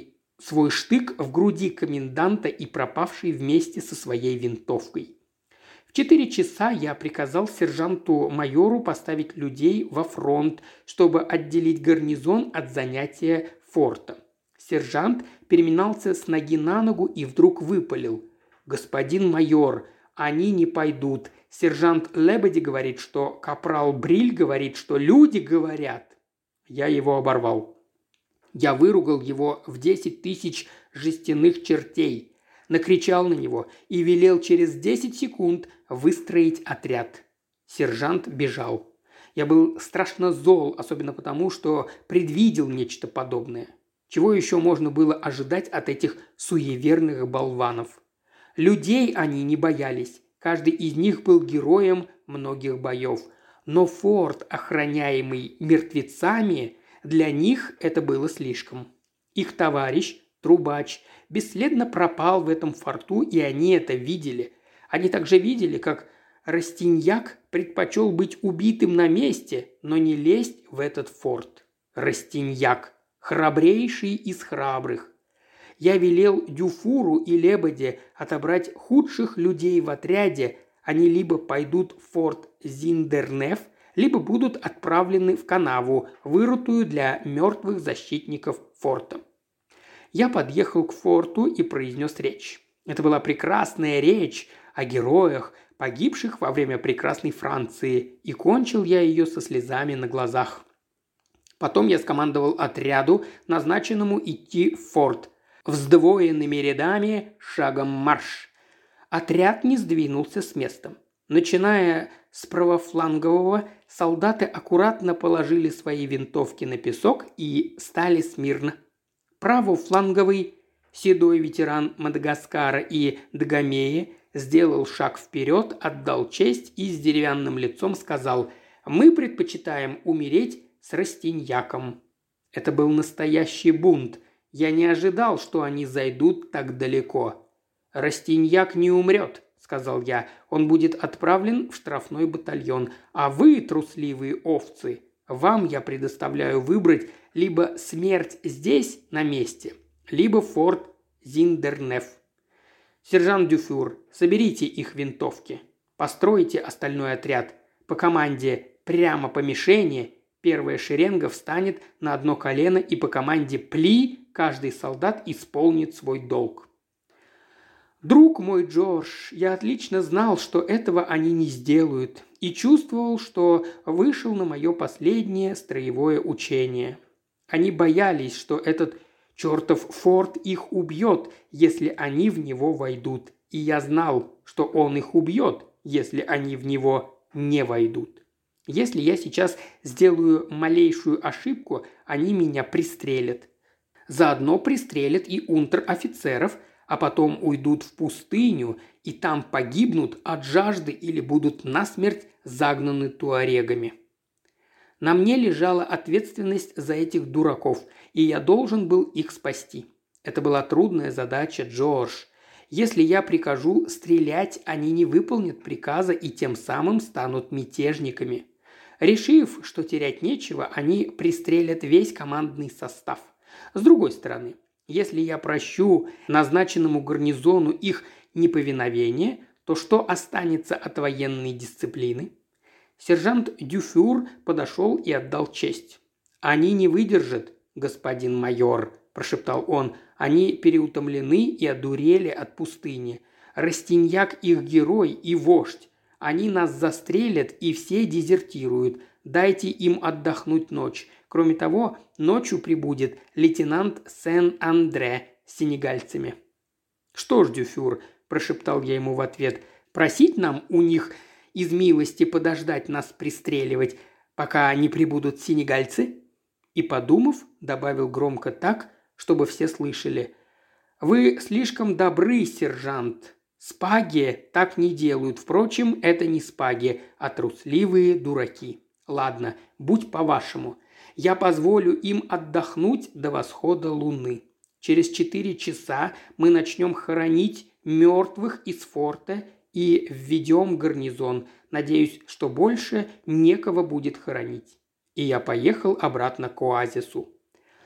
свой штык в груди коменданта и пропавший вместе со своей винтовкой. В четыре часа я приказал сержанту-майору поставить людей во фронт, чтобы отделить гарнизон от занятия форта. Сержант переминался с ноги на ногу и вдруг выпалил: «Господин майор, они не пойдут. Сержант Лебеди говорит, что капрал Бриль говорит, что люди говорят». Я его оборвал. Я выругал его в десять тысяч жестяных чертей, накричал на него и велел через десять секунд выстроить отряд. Сержант бежал. Я был страшно зол, особенно потому, что предвидел нечто подобное. Чего еще можно было ожидать от этих суеверных болванов? Людей они не боялись. Каждый из них был героем многих боев. Но форт, охраняемый мертвецами, для них это было слишком. Их товарищ, трубач, бесследно пропал в этом форту, и они это видели. Они также видели, как Растиньяк предпочел быть убитым на месте, но не лезть в этот форт. Растиньяк, храбрейший из храбрых. Я велел Дюфуру и Лебеде отобрать худших людей в отряде. Они либо пойдут в форт Зиндернеф, либо будут отправлены в канаву, вырытую для мертвых защитников форта. Я подъехал к форту и произнес речь. Это была прекрасная речь о героях, погибших во время прекрасной Франции, и кончил я ее со слезами на глазах. Потом я скомандовал отряду, назначенному идти в форт. Вздвоенными рядами, шагом марш. Отряд не сдвинулся с места. Начиная с правофлангового, солдаты аккуратно положили свои винтовки на песок и стали смирно. Правофланговый, седой ветеран Мадагаскара и Дагомеи, сделал шаг вперед, отдал честь и с деревянным лицом сказал: «Мы предпочитаем умереть с Растиньяком». Это был настоящий бунт. Я не ожидал, что они зайдут так далеко. «Растиньяк не умрет», — сказал я. «Он будет отправлен в штрафной батальон. А вы, трусливые овцы, вам я предоставляю выбрать либо смерть здесь, на месте, либо форт Зиндернеф. Сержант Дюфюр, соберите их винтовки. Постройте остальной отряд. По команде «прямо по мишени» первая шеренга встанет на одно колено, и по команде «пли» каждый солдат исполнит свой долг. Друг мой Джордж, я отлично знал, что этого они не сделают, и чувствовал, что вышел на мое последнее строевое учение. Они боялись, что этот чертов форт их убьет, если они в него войдут, и я знал, что он их убьет, если они в него не войдут. Если я сейчас сделаю малейшую ошибку, они меня пристрелят. Заодно пристрелят и унтер-офицеров, а потом уйдут в пустыню и там погибнут от жажды или будут насмерть загнаны туарегами. На мне лежала ответственность за этих дураков, и я должен был их спасти. Это была трудная задача, Джордж. Если я прикажу стрелять, они не выполнят приказа и тем самым станут мятежниками. Решив, что терять нечего, они пристрелят весь командный состав. С другой стороны, если я прощу назначенному гарнизону их неповиновение, то что останется от военной дисциплины? Сержант Дюфюр подошел и отдал честь. «Они не выдержат, господин майор», – прошептал он. «Они переутомлены и одурели от пустыни. Растиньяк их герой и вождь. Они нас застрелят и все дезертируют. Дайте им отдохнуть ночь. Кроме того, ночью прибудет лейтенант Сен-Андре с сенегальцами». «Что ж, Дюфюр», – прошептал я ему в ответ, – «просить нам у них из милости подождать нас пристреливать, пока не прибудут сенегальцы?» И, подумав, добавил громко так, чтобы все слышали: «Вы слишком добры, сержант. Спаги так не делают. Впрочем, это не спаги, а трусливые дураки. Ладно, будь по-вашему. Я позволю им отдохнуть до восхода луны. Через четыре часа мы начнем хоронить мертвых из форта и введем гарнизон. Надеюсь, что больше некого будет хоронить». И я поехал обратно к оазису.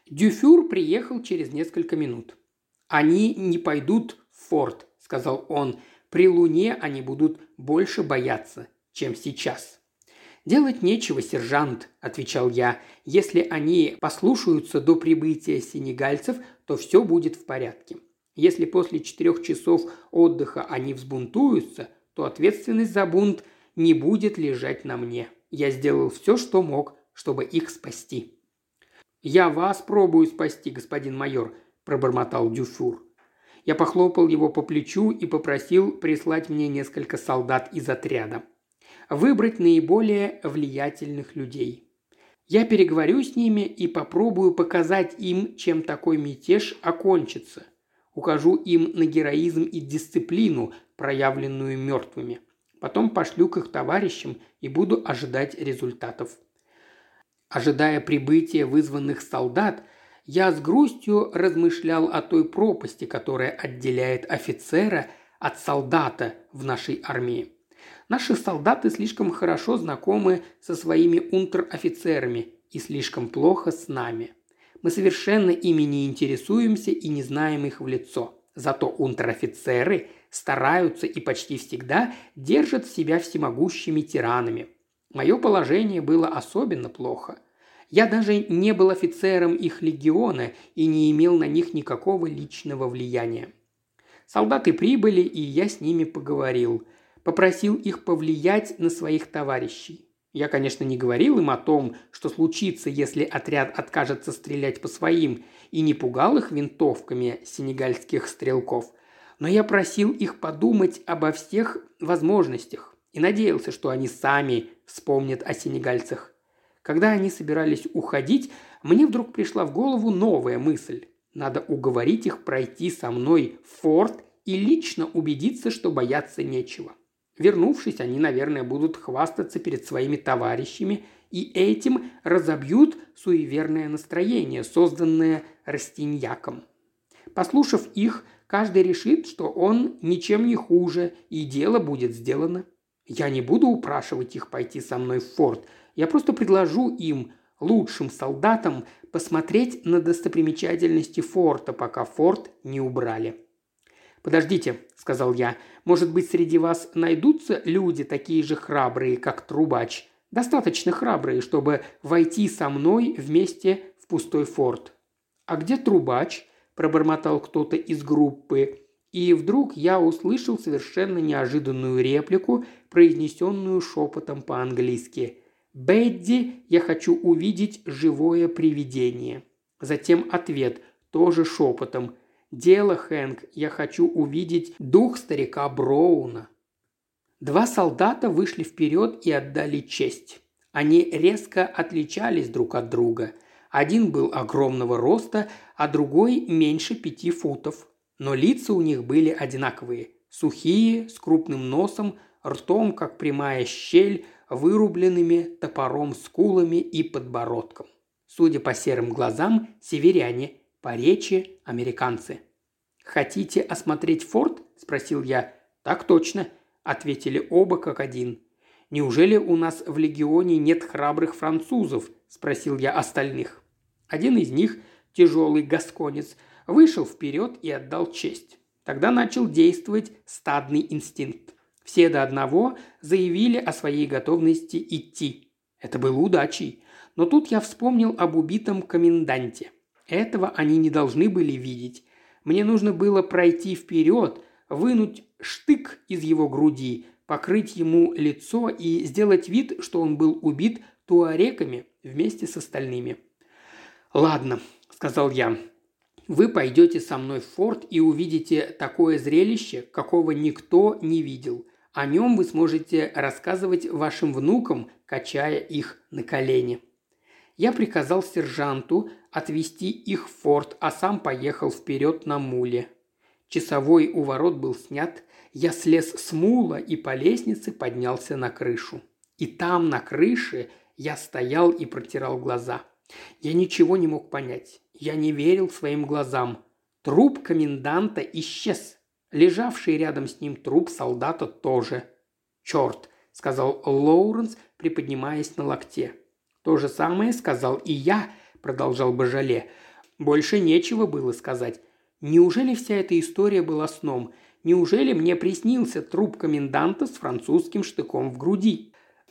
Дюфюр приехал через несколько минут. «Они не пойдут в форт», – сказал он. «При луне они будут больше бояться, чем сейчас». «Делать нечего, сержант», – отвечал я. «Если они послушаются до прибытия сенегальцев, то все будет в порядке. Если после четырех часов отдыха они взбунтуются, то ответственность за бунт не будет лежать на мне. Я сделал все, что мог, чтобы их спасти». «Я вас пробую спасти, господин майор», – пробормотал Дюфюр. Я похлопал его по плечу и попросил прислать мне несколько солдат из отряда. Выбрать наиболее влиятельных людей. Я переговорю с ними и попробую показать им, чем такой мятеж окончится. Укажу им на героизм и дисциплину, проявленную мертвыми. Потом пошлю к их товарищам и буду ожидать результатов. Ожидая прибытия вызванных солдат, я с грустью размышлял о той пропасти, которая отделяет офицера от солдата в нашей армии. Наши солдаты слишком хорошо знакомы со своими унтер-офицерами и слишком плохо с нами. Мы совершенно ими не интересуемся и не знаем их в лицо. Зато унтер-офицеры стараются и почти всегда держат себя всемогущими тиранами. Мое положение было особенно плохо. Я даже не был офицером их легиона и не имел на них никакого личного влияния. Солдаты прибыли, и я с ними поговорил. Попросил их повлиять на своих товарищей. Я, конечно, не говорил им о том, что случится, если отряд откажется стрелять по своим, и не пугал их винтовками сенегальских стрелков. Но я просил их подумать обо всех возможностях и надеялся, что они сами вспомнят о сенегальцах. Когда они собирались уходить, мне вдруг пришла в голову новая мысль. Надо уговорить их пройти со мной в форт и лично убедиться, что бояться нечего. Вернувшись, они, наверное, будут хвастаться перед своими товарищами и этим разобьют суеверное настроение, созданное Растиньяком. Послушав их, каждый решит, что он ничем не хуже, и дело будет сделано. Я не буду упрашивать их пойти со мной в форт. Я просто предложу им, лучшим солдатам, посмотреть на достопримечательности форта, пока форт не убрали. «Подождите», – сказал я, – «может быть, среди вас найдутся люди такие же храбрые, как Трубач, достаточно храбрые, чтобы войти со мной вместе в пустой форт». «А где Трубач?» – пробормотал кто-то из группы. И вдруг я услышал совершенно неожиданную реплику, произнесенную шепотом по-английски. «Бэдди, я хочу увидеть живое привидение». Затем ответ, тоже шепотом. «Дело, Хэнк, я хочу увидеть дух старика Броуна». Два солдата вышли вперед и отдали честь. Они резко отличались друг от друга. Один был огромного роста, а другой меньше пяти футов. Но лица у них были одинаковые. Сухие, с крупным носом, ртом, как прямая щель, вырубленными топором скулами и подбородком. Судя по серым глазам, северяне, по речи американцы. «Хотите осмотреть форт?» – спросил я. «Так точно», – ответили оба как один. «Неужели у нас в легионе нет храбрых французов?» – спросил я остальных. Один из них, тяжелый гасконец, вышел вперед и отдал честь. Тогда начал действовать стадный инстинкт. Все до одного заявили о своей готовности идти. Это было удачей. Но тут я вспомнил об убитом коменданте. Этого они не должны были видеть. Мне нужно было пройти вперед, вынуть штык из его груди, покрыть ему лицо и сделать вид, что он был убит туареками вместе с остальными. «Ладно», – сказал я, – «вы пойдете со мной в форт и увидите такое зрелище, какого никто не видел. О нем вы сможете рассказывать вашим внукам, качая их на колени». Я приказал сержанту отвезти их в форт, а сам поехал вперед на муле. Часовой у ворот был снят, я слез с мула и по лестнице поднялся на крышу. И там, на крыше, я стоял и протирал глаза. Я ничего не мог понять. Я не верил своим глазам. Труп коменданта исчез. Лежавший рядом с ним труп солдата тоже. «Черт!» – сказал Лоуренс, приподнимаясь на локте. «То же самое сказал и я», – продолжал Божале. Больше нечего было сказать. Неужели вся эта история была сном? Неужели мне приснился труп коменданта с французским штыком в груди?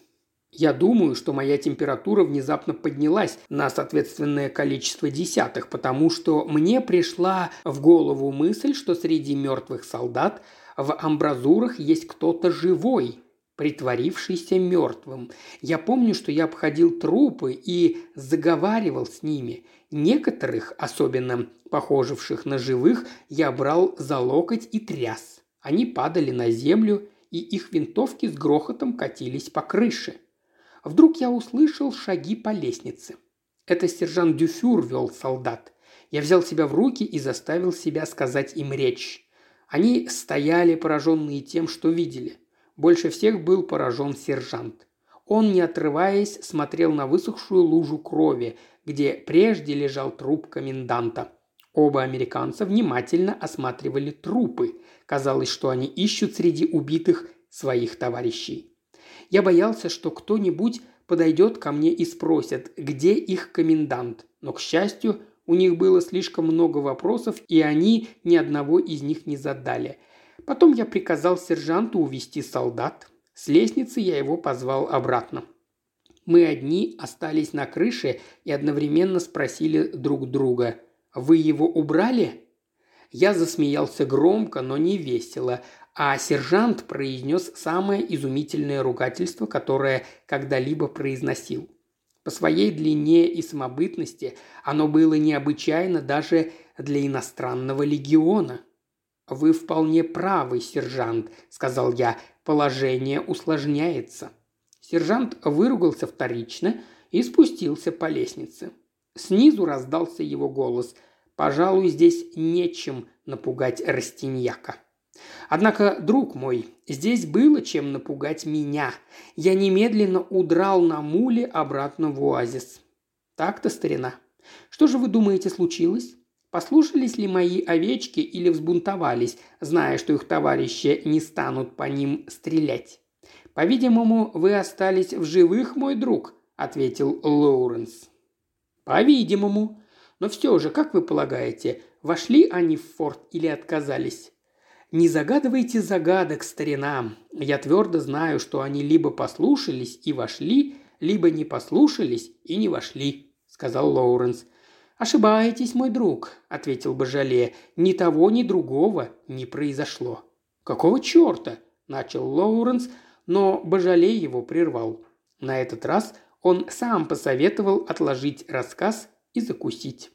Я думаю, что моя температура внезапно поднялась на соответственное количество десятых, потому что мне пришла в голову мысль, что среди мертвых солдат в амбразурах есть кто-то живой, притворившийся мертвым. Я помню, что я обходил трупы и заговаривал с ними. Некоторых, особенно похожих на живых, я брал за локоть и тряс. Они падали на землю, и их винтовки с грохотом катились по крыше. Вдруг я услышал шаги по лестнице. Это сержант Дюфюр вел солдат. Я взял себя в руки и заставил себя сказать им речь. Они стояли, пораженные тем, что видели. Больше всех был поражен сержант. Он, не отрываясь, смотрел на высохшую лужу крови, где прежде лежал труп коменданта. Оба американца внимательно осматривали трупы. Казалось, что они ищут среди убитых своих товарищей. Я боялся, что кто-нибудь подойдет ко мне и спросит, где их комендант. Но, к счастью, у них было слишком много вопросов, и они ни одного из них не задали. Потом я приказал сержанту увести солдат. С лестницы я его позвал обратно. Мы одни остались на крыше и одновременно спросили друг друга: «Вы его убрали?» Я засмеялся громко, но не весело, а сержант произнес самое изумительное ругательство, которое когда-либо произносил. По своей длине и самобытности оно было необычайно даже для иностранного легиона. «Вы вполне правы, сержант», – сказал я, – «положение усложняется». Сержант выругался вторично и спустился по лестнице. Снизу раздался его голос: «Пожалуй, здесь нечем напугать Растиньяка». Однако, друг мой, здесь было чем напугать меня. Я немедленно удрал на муле обратно в оазис. Так-то, старина. Что же вы думаете случилось? Послушались ли мои овечки или взбунтовались, зная, что их товарищи не станут по ним стрелять? «По-видимому, вы остались в живых, мой друг», – ответил Лоуренс. «По-видимому. Но все же, как вы полагаете, вошли они в форт или отказались?» «Не загадывайте загадок, старина. Я твердо знаю, что они либо послушались и вошли, либо не послушались и не вошли», – сказал Лоуренс. «Ошибаетесь, мой друг», – ответил Божале. «Ни того, ни другого не произошло». «Какого черта?» – начал Лоуренс, но Божале его прервал. На этот раз он сам посоветовал отложить рассказ и закусить.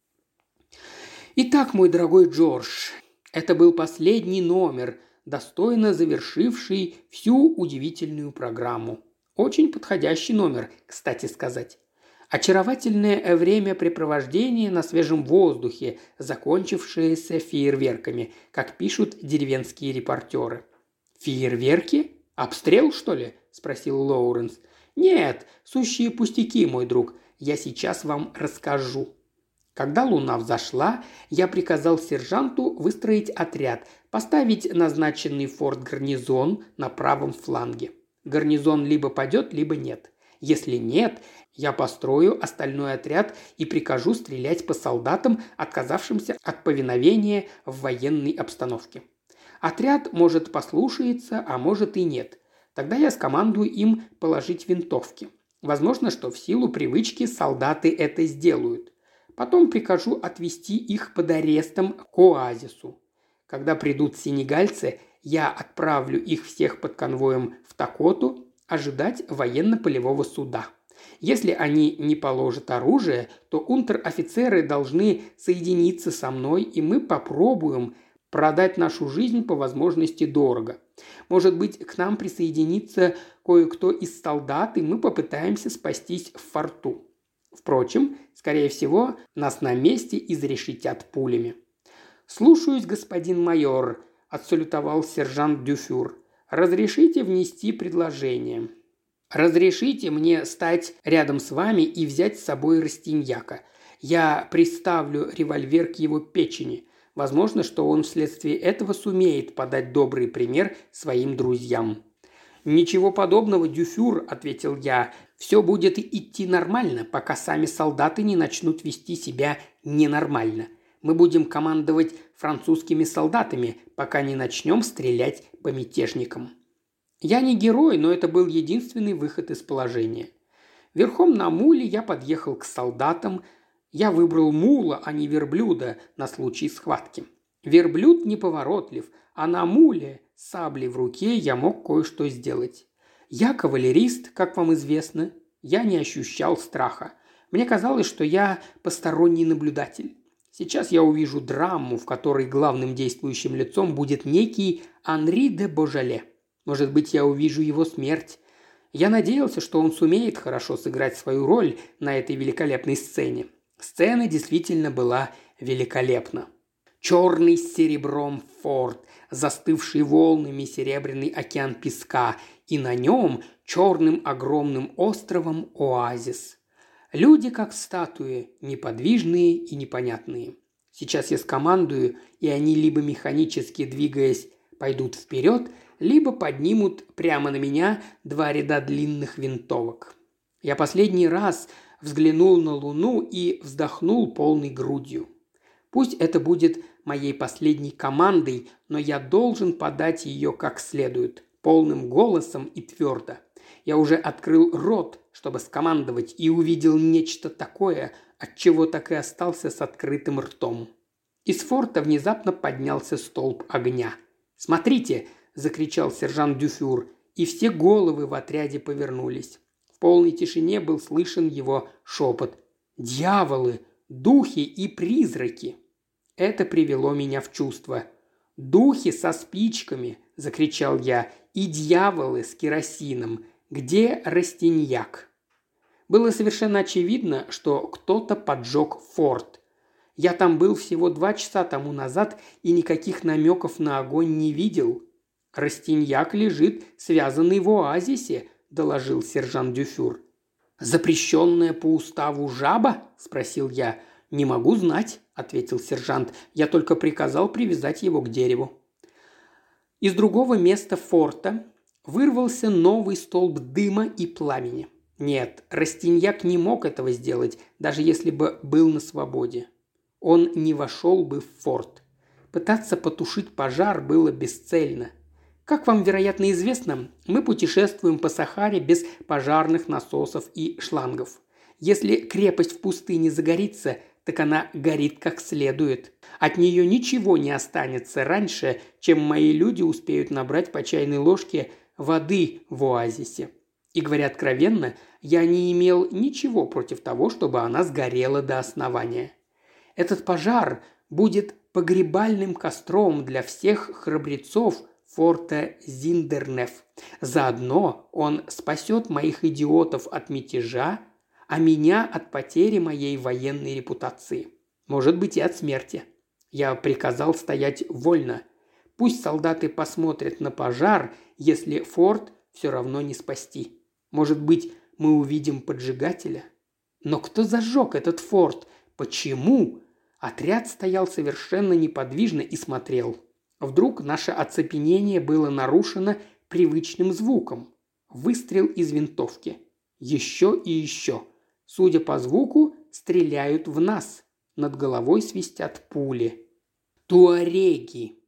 «Итак, мой дорогой Джордж, это был последний номер, достойно завершивший всю удивительную программу. Очень подходящий номер, кстати сказать. Очаровательное времяпрепровождение на свежем воздухе, закончившееся фейерверками, как пишут деревенские репортеры». «Фейерверки? Обстрел, что ли?» – спросил Лоуренс. «Нет, сущие пустяки, мой друг. Я сейчас вам расскажу». Когда луна взошла, я приказал сержанту выстроить отряд, поставить назначенный форт-гарнизон на правом фланге. Гарнизон либо падет, либо нет. Если нет, я построю остальной отряд и прикажу стрелять по солдатам, отказавшимся от повиновения в военной обстановке. Отряд, может, послушается, а может и нет. Тогда я скомандую им положить винтовки. Возможно, что в силу привычки солдаты это сделают. Потом прикажу отвести их под арестом к оазису. Когда придут сенегальцы, я отправлю их всех под конвоем в Такоту ожидать военно-полевого суда. Если они не положат оружие, то унтер-офицеры должны соединиться со мной, и мы попробуем продать нашу жизнь по возможности дорого. Может быть, к нам присоединится кое-кто из солдат, и мы попытаемся спастись в форту. Впрочем, скорее всего, нас на месте изрешетят пулями». «Слушаюсь, господин майор», – отсалютовал сержант Дюфюр. «Разрешите внести предложение. Разрешите мне стать рядом с вами и взять с собой Растиньяка. Я приставлю револьвер к его печени. Возможно, что он вследствие этого сумеет подать добрый пример своим друзьям». «Ничего подобного, Дюфюр», – ответил я. «Все будет идти нормально, пока сами солдаты не начнут вести себя ненормально. Мы будем командовать французскими солдатами, пока не начнем стрелять по мятежникам». Я не герой, но это был единственный выход из положения. Верхом на муле я подъехал к солдатам. Я выбрал мула, а не верблюда на случай схватки. Верблюд неповоротлив, а на муле с саблей в руке я мог кое-что сделать. Я кавалерист, как вам известно. Я не ощущал страха. Мне казалось, что я посторонний наблюдатель. Сейчас я увижу драму, в которой главным действующим лицом будет некий Анри де Божале. Может быть, я увижу его смерть. Я надеялся, что он сумеет хорошо сыграть свою роль на этой великолепной сцене. Сцена действительно была великолепна. Черный с серебром форт, застывший волнами серебряный океан песка, и на нем черным огромным островом оазис. Люди, как статуи, неподвижные и непонятные. Сейчас я скомандую, и они, либо механически двигаясь, пойдут вперед, либо поднимут прямо на меня два ряда длинных винтовок. Я последний раз взглянул на луну и вздохнул полной грудью. Пусть это будет моей последней командой, но я должен подать ее как следует, полным голосом и твердо. Я уже открыл рот, чтобы скомандовать, и увидел нечто такое, от чего так и остался с открытым ртом. Из форта внезапно поднялся столб огня. «Смотрите!» – закричал сержант Дюфюр, и все головы в отряде повернулись. В полной тишине был слышен его шепот. «Дьяволы! Духи и призраки!» Это привело меня в чувство. «Духи со спичками!» – закричал я. «И дьяволы с керосином! Где Растиньяк?» Было совершенно очевидно, что кто-то поджег форт. Я там был всего два часа тому назад и никаких намеков на огонь не видел. «Растиньяк лежит, связанный в оазисе», – доложил сержант Дюфюр. «Запрещенная по уставу жаба?» – спросил я. «Не могу знать», – ответил сержант. «Я только приказал привязать его к дереву». Из другого места форта вырвался новый столб дыма и пламени. Нет, Растиньяк не мог этого сделать, даже если бы был на свободе. Он не вошел бы в форт. Пытаться потушить пожар было бесцельно. Как вам, вероятно, известно, мы путешествуем по Сахаре без пожарных насосов и шлангов. Если крепость в пустыне загорится, так она горит как следует. От нее ничего не останется раньше, чем мои люди успеют набрать по чайной ложке воды в оазисе. И, говоря откровенно, я не имел ничего против того, чтобы она сгорела до основания. Этот пожар будет погребальным костром для всех храбрецов форта Зиндернеф. Заодно он спасет моих идиотов от мятежа, а меня от потери моей военной репутации. Может быть, и от смерти. Я приказал стоять вольно. Пусть солдаты посмотрят на пожар, если форт все равно не спасти. Может быть, мы увидим поджигателя? Но кто зажег этот форт? Почему? Отряд стоял совершенно неподвижно и смотрел. Вдруг наше оцепенение было нарушено привычным звуком. Выстрел из винтовки. Еще и еще. Судя по звуку, стреляют в нас. Над головой свистят пули. Туареги.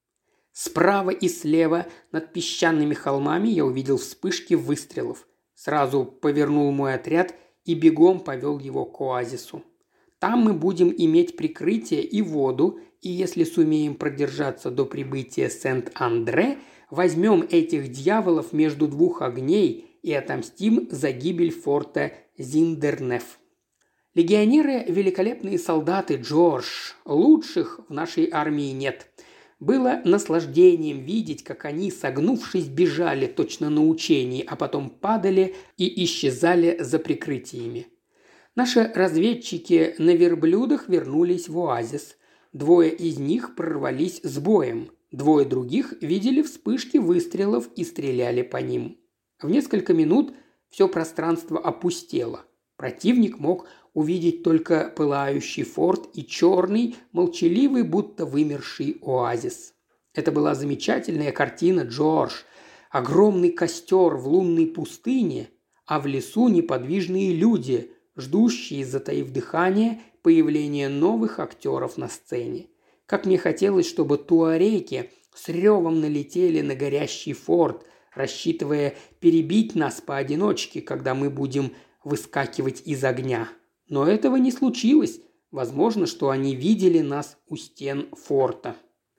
Справа и слева над песчаными холмами я увидел вспышки выстрелов. Сразу повернул мой отряд и бегом повел его к оазису. Там мы будем иметь прикрытие и воду, и если сумеем продержаться до прибытия Сент-Андре, возьмем этих дьяволов между двух огней и отомстим за гибель форта Зиндернеф. Легионеры – великолепные солдаты, Джордж. Лучших в нашей армии нет. Было наслаждением видеть, как они, согнувшись, бежали точно на учении, а потом падали и исчезали за прикрытиями. Наши разведчики на верблюдах вернулись в оазис. Двое из них прорвались с боем. Двое других видели вспышки выстрелов и стреляли по ним. В несколько минут все пространство опустело. Противник мог увидеть только пылающий форт и черный, молчаливый, будто вымерший оазис. Это была замечательная картина, Джордж. Огромный костер в лунной пустыне, а в лесу неподвижные люди, ждущие, затаив дыхание, появления новых актеров на сцене. Как мне хотелось, чтобы туареги с ревом налетели на горящий форт, рассчитывая перебить нас поодиночке, когда мы будем выскакивать из огня. Но этого не случилось. Возможно, что они видели нас у стен форта.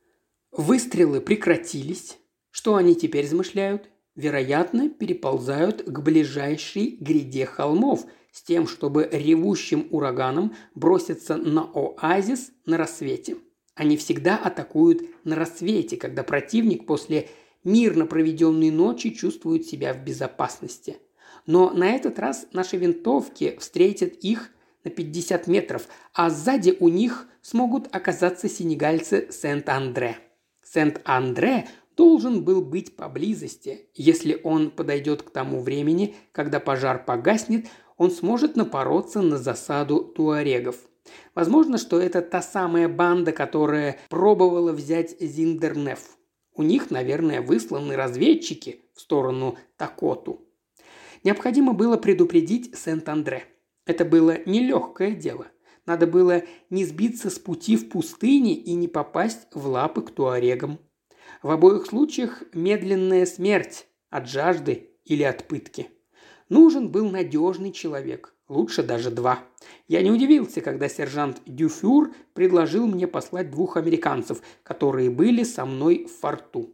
Выстрелы прекратились. Что они теперь замышляют? Вероятно, переползают к ближайшей гряде холмов с тем, чтобы ревущим ураганом броситься на оазис на рассвете. Они всегда атакуют на рассвете, когда противник после мирно проведенной ночи чувствует себя в безопасности. Но на этот раз наши винтовки встретят их на пятьдесят метров, а сзади у них смогут оказаться сенегальцы Сент-Андре. Сент-Андре должен был быть поблизости. Если он подойдет к тому времени, когда пожар погаснет, он сможет напороться на засаду туарегов. Возможно, что это та самая банда, которая пробовала взять Зиндернеф. У них, наверное, высланы разведчики в сторону Такоту. Необходимо было предупредить Сент-Андре. Это было нелегкое дело. Надо было не сбиться с пути в пустыне и не попасть в лапы к туарегам. В обоих случаях медленная смерть от жажды или от пытки. Нужен был надежный человек, лучше даже два. Я не удивился, когда сержант Дюфюр предложил мне послать двух американцев, которые были со мной в форту.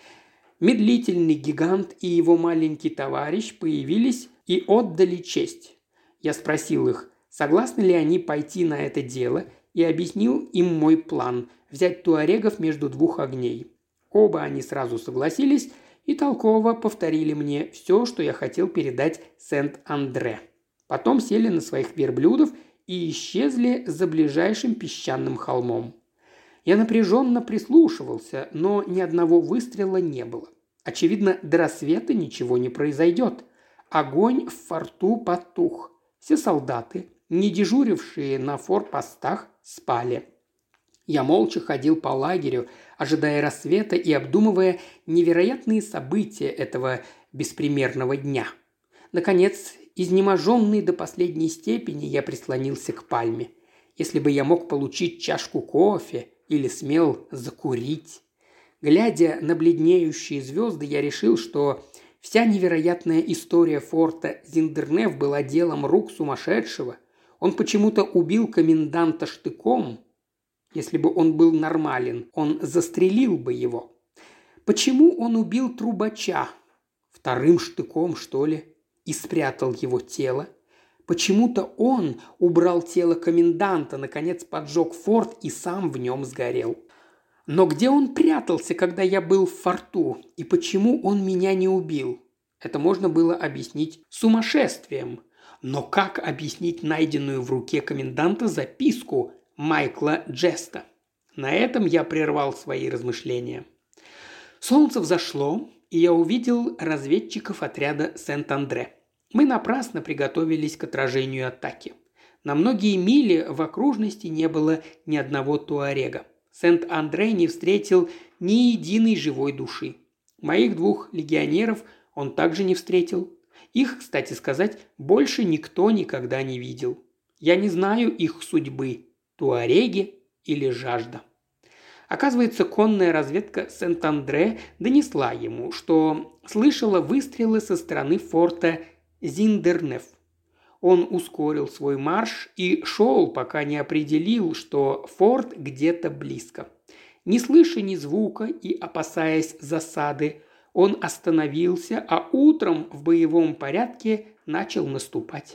Медлительный гигант и его маленький товарищ появились и отдали честь. Я спросил их, согласны ли они пойти на это дело, и объяснил им мой план – взять туарегов между двух огней. Оба они сразу согласились и толково повторили мне все, что я хотел передать Сент-Андре. Потом сели на своих верблюдов и исчезли за ближайшим песчаным холмом. Я напряженно прислушивался, но ни одного выстрела не было. Очевидно, до рассвета ничего не произойдет. Огонь в форту потух. Все солдаты, не дежурившие на форпостах, спали. Я молча ходил по лагерю, ожидая рассвета и обдумывая невероятные события этого беспримерного дня. Наконец, изнеможенный до последней степени, я прислонился к пальме. Если бы я мог получить чашку кофе или смел закурить. Глядя на бледнеющие звезды, я решил, что вся невероятная история форта Зиндернеф была делом рук сумасшедшего. Он почему-то убил коменданта штыком. Если бы он был нормален, он застрелил бы его. Почему он убил трубача? Вторым штыком, что ли? И спрятал его тело. Почему-то он убрал тело коменданта, наконец поджег форт и сам в нем сгорел. Но где он прятался, когда я был в форту, и почему он меня не убил? Это можно было объяснить сумасшествием. Но как объяснить найденную в руке коменданта записку Майкла Джеста? На этом я прервал свои размышления. Солнце взошло, и я увидел разведчиков отряда Сент-Андре. Мы напрасно приготовились к отражению атаки. На многие мили в окружности не было ни одного туарега. Сент-Андре не встретил ни единой живой души. Моих двух легионеров он также не встретил. Их, кстати сказать, больше никто никогда не видел. Я не знаю их судьбы – туареги или жажда. Оказывается, конная разведка Сент-Андре донесла ему, что слышала выстрелы со стороны форта Зиндернеф. Он ускорил свой марш и шел, пока не определил, что форт где-то близко. Не слыша ни звука и опасаясь засады, он остановился, а утром в боевом порядке начал наступать.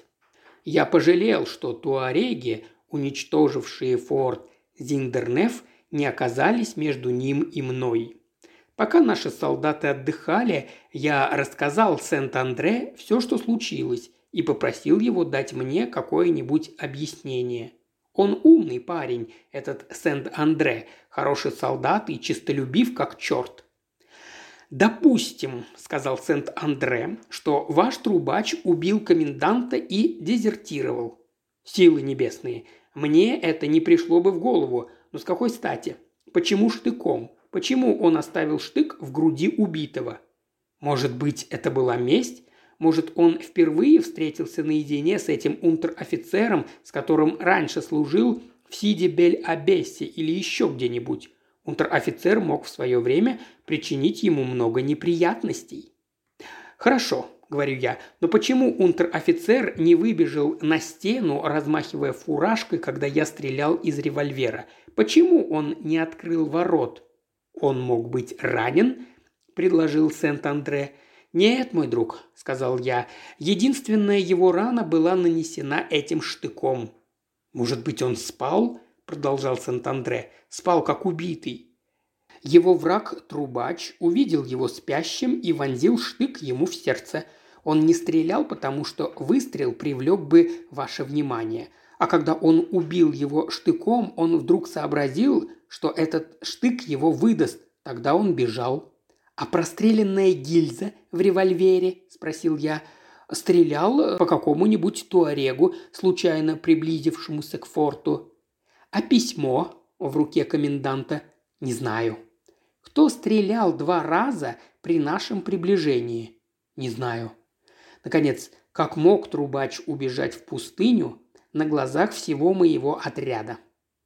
Я пожалел, что туареги, уничтожившие форт Зиндернеф, не оказались между ним и мной. Пока наши солдаты отдыхали, я рассказал Сент-Андре все, что случилось, и попросил его дать мне какое-нибудь объяснение. Он умный парень, этот Сент-Андре, хороший солдат и честолюбив как черт. «Допустим, — сказал Сент-Андре, — что ваш трубач убил коменданта и дезертировал. Силы небесные, мне это не пришло бы в голову, но с какой стати? Почему штыком? Почему он оставил штык в груди убитого? Может быть, это была месть? Может, он впервые встретился наедине с этим унтер-офицером, с которым раньше служил в Сиди-Бель-Аббесе или еще где-нибудь? Унтер-офицер мог в свое время причинить ему много неприятностей. «Хорошо», – говорю я, – «но почему унтер-офицер не выбежал на стену, размахивая фуражкой, когда я стрелял из револьвера? Почему он не открыл ворот?» «Он мог быть ранен?» – предложил Сент-Андре. «Нет, мой друг», – сказал я, – «единственная его рана была нанесена этим штыком». «Может быть, он спал?» – продолжал Сент-Андре. «Спал, как убитый». Его враг, трубач, увидел его спящим и вонзил штык ему в сердце. Он не стрелял, потому что выстрел привлек бы ваше внимание. А когда он убил его штыком, он вдруг сообразил, что этот штык его выдаст. Тогда он бежал. «А простреленная гильза в револьвере?» – спросил я. «Стрелял по какому-нибудь туарегу, случайно приблизившемуся к форту». «А письмо в руке коменданта?» «Не знаю». «Кто стрелял два раза при нашем приближении?» «Не знаю». Наконец, как мог трубач убежать в пустыню на глазах всего моего отряда?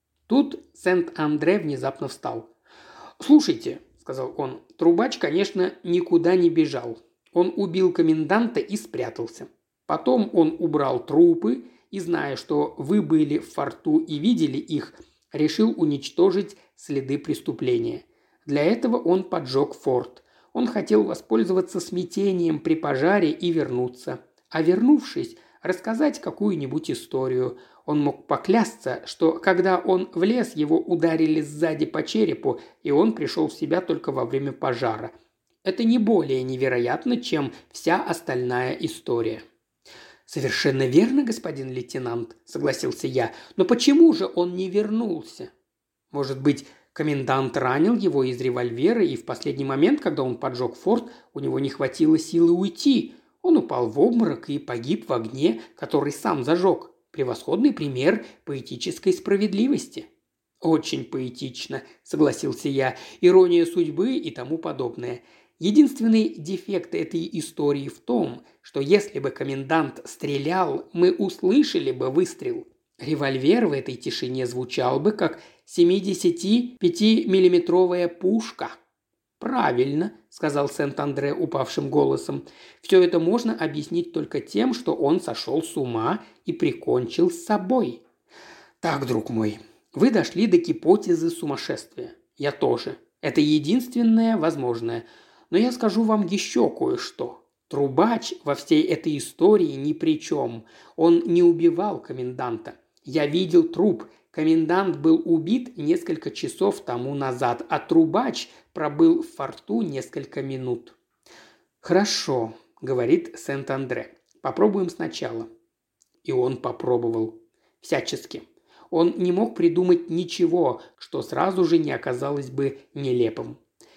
Тут Сент-Андре внезапно встал. «Слушайте», – сказал он, – «трубач, конечно, никуда не бежал. Он убил коменданта и спрятался. Потом он убрал трупы и, зная, что вы были в форту и видели их, решил уничтожить следы преступления. Для этого он поджег форт. Он хотел воспользоваться смятением при пожаре и вернуться. А вернувшись, рассказать какую-нибудь историю. Он мог поклясться, что когда он влез, его ударили сзади по черепу, и он пришел в себя только во время пожара. Это не более невероятно, чем вся остальная история». «Совершенно верно, господин лейтенант», – согласился я. «Но почему же он не вернулся?» «Может быть, комендант ранил его из револьвера, и в последний момент, когда он поджег форт, у него не хватило силы уйти. Он упал в обморок и погиб в огне, который сам зажег. Превосходный пример поэтической справедливости». «Очень поэтично», – согласился я. «Ирония судьбы и тому подобное. Единственный дефект этой истории в том, что если бы комендант стрелял, мы услышали бы выстрел. Револьвер в этой тишине звучал бы, как семидесятипятимиллиметровая пушка». «Правильно», – сказал Сент-Андре упавшим голосом. «Все это можно объяснить только тем, что он сошел с ума и прикончил с собой». «Так, друг мой, вы дошли до гипотезы сумасшествия. Я тоже. Это единственное возможное. Но я скажу вам еще кое-что. Трубач во всей этой истории ни при чем. Он не убивал коменданта. Я видел труп. Комендант был убит несколько часов тому назад, а трубач пробыл в форту несколько минут». «Хорошо», – говорит Сент-Андре. «Попробуем сначала». И он попробовал. Всячески. Он не мог придумать ничего, что сразу же не оказалось бы нелепым.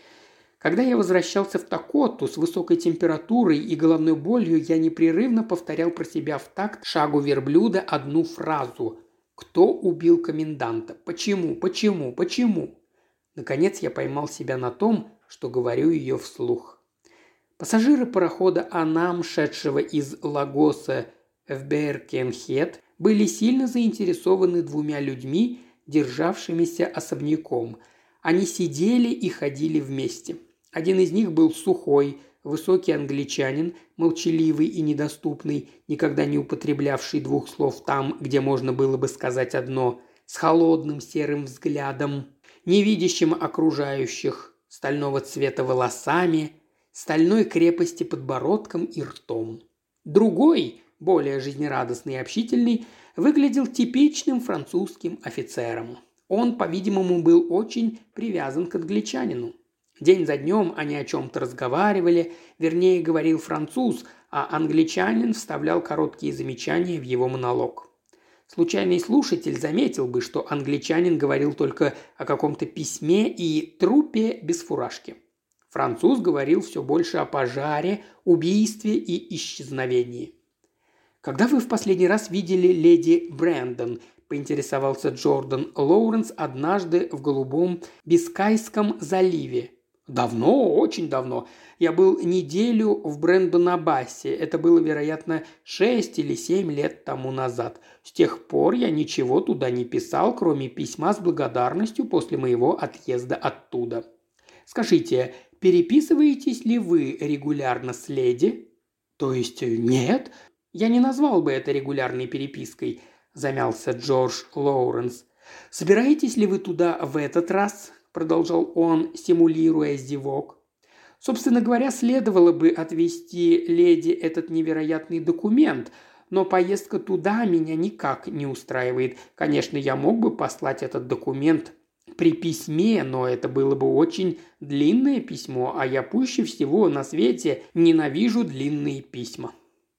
Когда я возвращался в Токотту с высокой температурой и головной болью, я непрерывно повторял про себя в такт шагу верблюда одну фразу: «Кто убил коменданта? Почему? Почему? Почему?» Наконец я поймал себя на том, что говорю ее вслух. Пассажиры парохода «Анам», шедшего из Лагоса в Беркенхед, были сильно заинтересованы двумя людьми, державшимися особняком. Они сидели и ходили вместе. Один из них был сухой, высокий англичанин, молчаливый и недоступный, никогда не употреблявший двух слов там, где можно было бы сказать одно, с холодным серым взглядом, не видящим окружающих, стального цвета волосами, стальной крепости подбородком и ртом. Другой, более жизнерадостный и общительный, выглядел типичным французским офицером. Он, по-видимому, был очень привязан к англичанину. День за днем они о чем-то разговаривали, вернее, говорил француз, а англичанин вставлял короткие замечания в его монолог. Случайный слушатель заметил бы, что англичанин говорил только о каком-то письме и трупе без фуражки. Француз говорил все больше о пожаре, убийстве и исчезновении. «Когда вы в последний раз видели леди Брэндон?» – поинтересовался Джордан Лоуренс однажды в голубом Бискайском заливе. Давно, очень давно. Я был неделю в Брэндон-Аббасе. Это было, вероятно, шесть или семь лет тому назад. С тех пор я ничего туда не писал, кроме письма с благодарностью после моего отъезда оттуда. Скажите, переписываетесь ли вы регулярно с леди? То есть э, нет? Я не назвал бы это регулярной перепиской, замялся Джордж Лоуренс. Собираетесь ли вы туда в этот раз? Продолжал он, симулируя зевок. Собственно говоря, следовало бы отвезти леди этот невероятный документ, но поездка туда меня никак не устраивает. Конечно, я мог бы послать этот документ при письме, но это было бы очень длинное письмо, а я пуще всего на свете ненавижу длинные письма.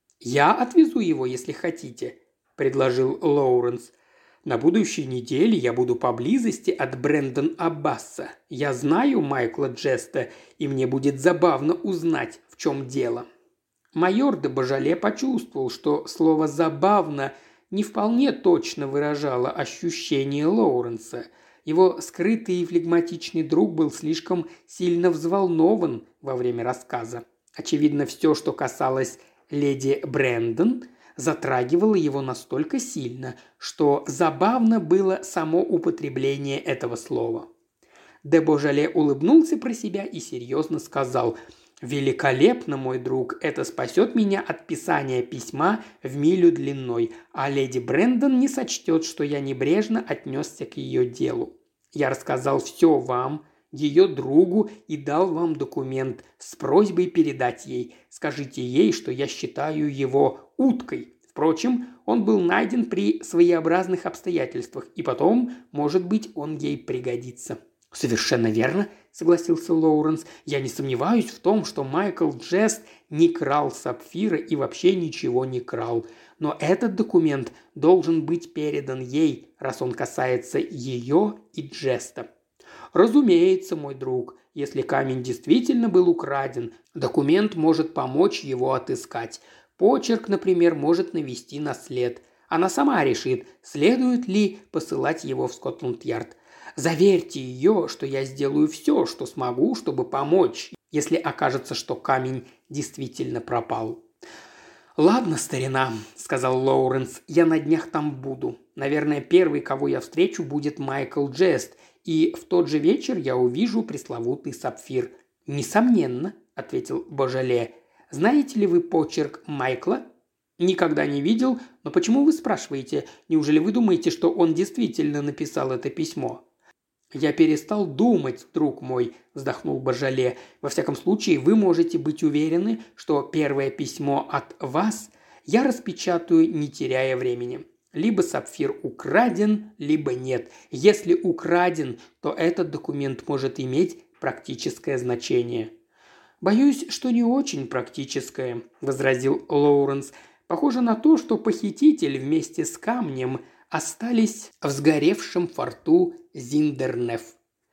«Я отвезу его, если хотите», – предложил Лоуренс. «На будущей неделе я буду поблизости от Брэндон-Аббаса. Я знаю Майкла Джеста, и мне будет забавно узнать, в чем дело». Майор де Божале почувствовал, что слово «забавно» не вполне точно выражало ощущение Лоуренса. Его скрытый и флегматичный друг был слишком сильно взволнован во время рассказа. Очевидно, все, что касалось леди Брэндон, затрагивало его настолько сильно, что забавно было само употребление этого слова. Де Божале улыбнулся про себя и серьезно сказал: «Великолепно, мой друг, это спасет меня от писания письма в милю длиной, а леди Брэндон не сочтет, что я небрежно отнесся к ее делу. Я рассказал все вам, ее другу, и дал вам документ с просьбой передать ей. Скажите ей, что я считаю его уткой. Впрочем, он был найден при своеобразных обстоятельствах, и потом, может быть, он ей пригодится». «Совершенно верно», – согласился Лоуренс. «Я не сомневаюсь в том, что Майкл Джест не крал сапфира и вообще ничего не крал. Но этот документ должен быть передан ей, раз он касается ее и Джеста». «Разумеется, мой друг, если камень действительно был украден, документ может помочь его отыскать. Почерк, например, может навести на след. Она сама решит, следует ли посылать его в Скотланд-Ярд. Заверьте ее, что я сделаю все, что смогу, чтобы помочь, если окажется, что камень действительно пропал». «Ладно, старина», – сказал Лоуренс, – «я на днях там буду. Наверное, первый, кого я встречу, будет Майкл Джест, и в тот же вечер я увижу пресловутый сапфир». «Несомненно», – ответил Божале. «Знаете ли вы почерк Майкла?» «Никогда не видел, но почему вы спрашиваете? Неужели вы думаете, что он действительно написал это письмо?» «Я перестал думать, друг мой», – вздохнул Божале. «Во всяком случае, вы можете быть уверены, что первое письмо от вас я распечатаю, не теряя времени. Либо сапфир украден, либо нет. Если украден, то этот документ может иметь практическое значение». «Боюсь, что не очень практическое», – возразил Лоуренс. «Похоже на то, что похититель вместе с камнем остались в сгоревшем форту Зиндернеф».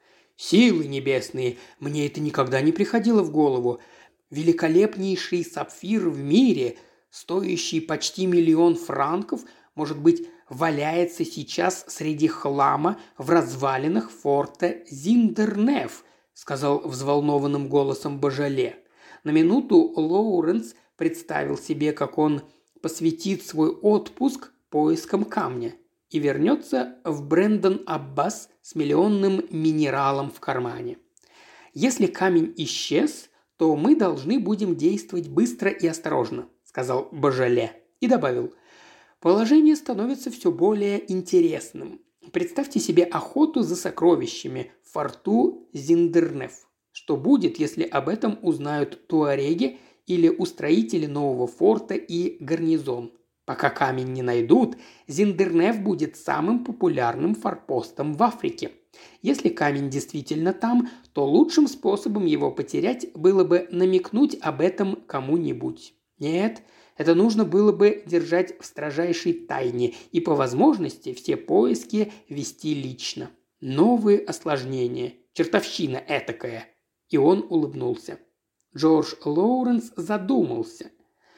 «Силы небесные! Мне это никогда не приходило в голову. Великолепнейший сапфир в мире, стоящий почти миллион франков, может быть, валяется сейчас среди хлама в развалинах форта Зиндернеф», – сказал взволнованным голосом Божале. На минуту Лоуренс представил себе, как он посвятит свой отпуск поискам камня и вернется в Брэндон-Аббас с миллионным минералом в кармане. «Если камень исчез, то мы должны будем действовать быстро и осторожно», – сказал Божале и добавил: «Положение становится все более интересным. Представьте себе охоту за сокровищами в форту Зиндернеф. Что будет, если об этом узнают туареги или устроители нового форта и гарнизон? Пока камень не найдут, Зиндернеф будет самым популярным форпостом в Африке. Если камень действительно там, то лучшим способом его потерять было бы намекнуть об этом кому-нибудь. Нет, это нужно было бы держать в строжайшей тайне и по возможности все поиски вести лично. Новые осложнения, чертовщина этакая». И он улыбнулся. Джордж Лоуренс задумался.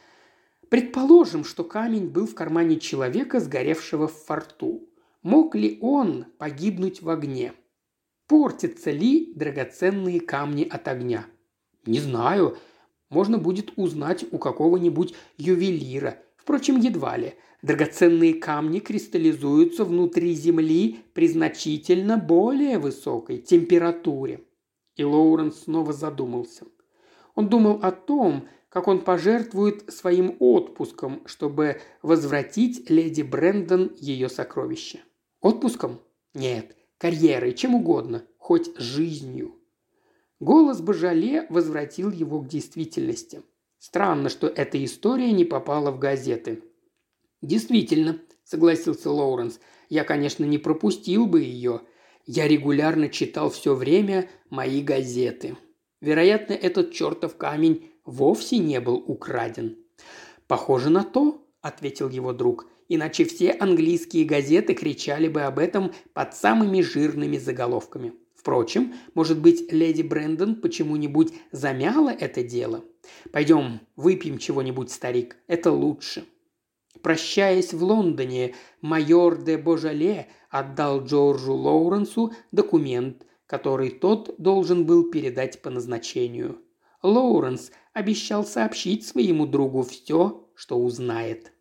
Предположим, что камень был в кармане человека, сгоревшего в форту. Мог ли он погибнуть в огне? портятся ли драгоценные камни от огня. Не знаю. Можно будет узнать у какого-нибудь ювелира. Впрочем, едва ли. Драгоценные камни кристаллизуются внутри Земли при значительно более высокой температуре. И Лоуренс снова задумался. Он думал о том, как он пожертвует своим отпуском, чтобы возвратить леди Брэндон ее сокровища. Отпуском? Нет, карьерой, чем угодно, хоть жизнью. Голос Божале возвратил его к действительности. Странно, что эта история не попала в газеты. «Действительно», – согласился Лоуренс, – «я, конечно, не пропустил бы ее. Я регулярно читал все время мои газеты. Вероятно, этот чертов камень вовсе не был украден». «Похоже на то», – ответил его друг, – «иначе все английские газеты кричали бы об этом под самыми жирными заголовками. Впрочем, может быть, леди Брэндон почему-нибудь замяла это дело? Пойдем, выпьем чего-нибудь, старик, это лучше». Прощаясь в Лондоне, майор де Божале отдал Джорджу Лоуренсу документ, который тот должен был передать по назначению. Лоуренс обещал сообщить своему другу все, что узнает.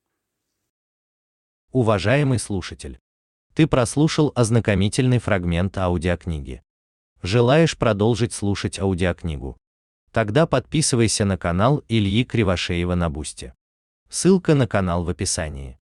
Уважаемый слушатель, ты прослушал ознакомительный фрагмент аудиокниги. Желаешь продолжить слушать аудиокнигу? Тогда подписывайся на канал Ильи Кривошеева на Бусти. Ссылка на канал в описании.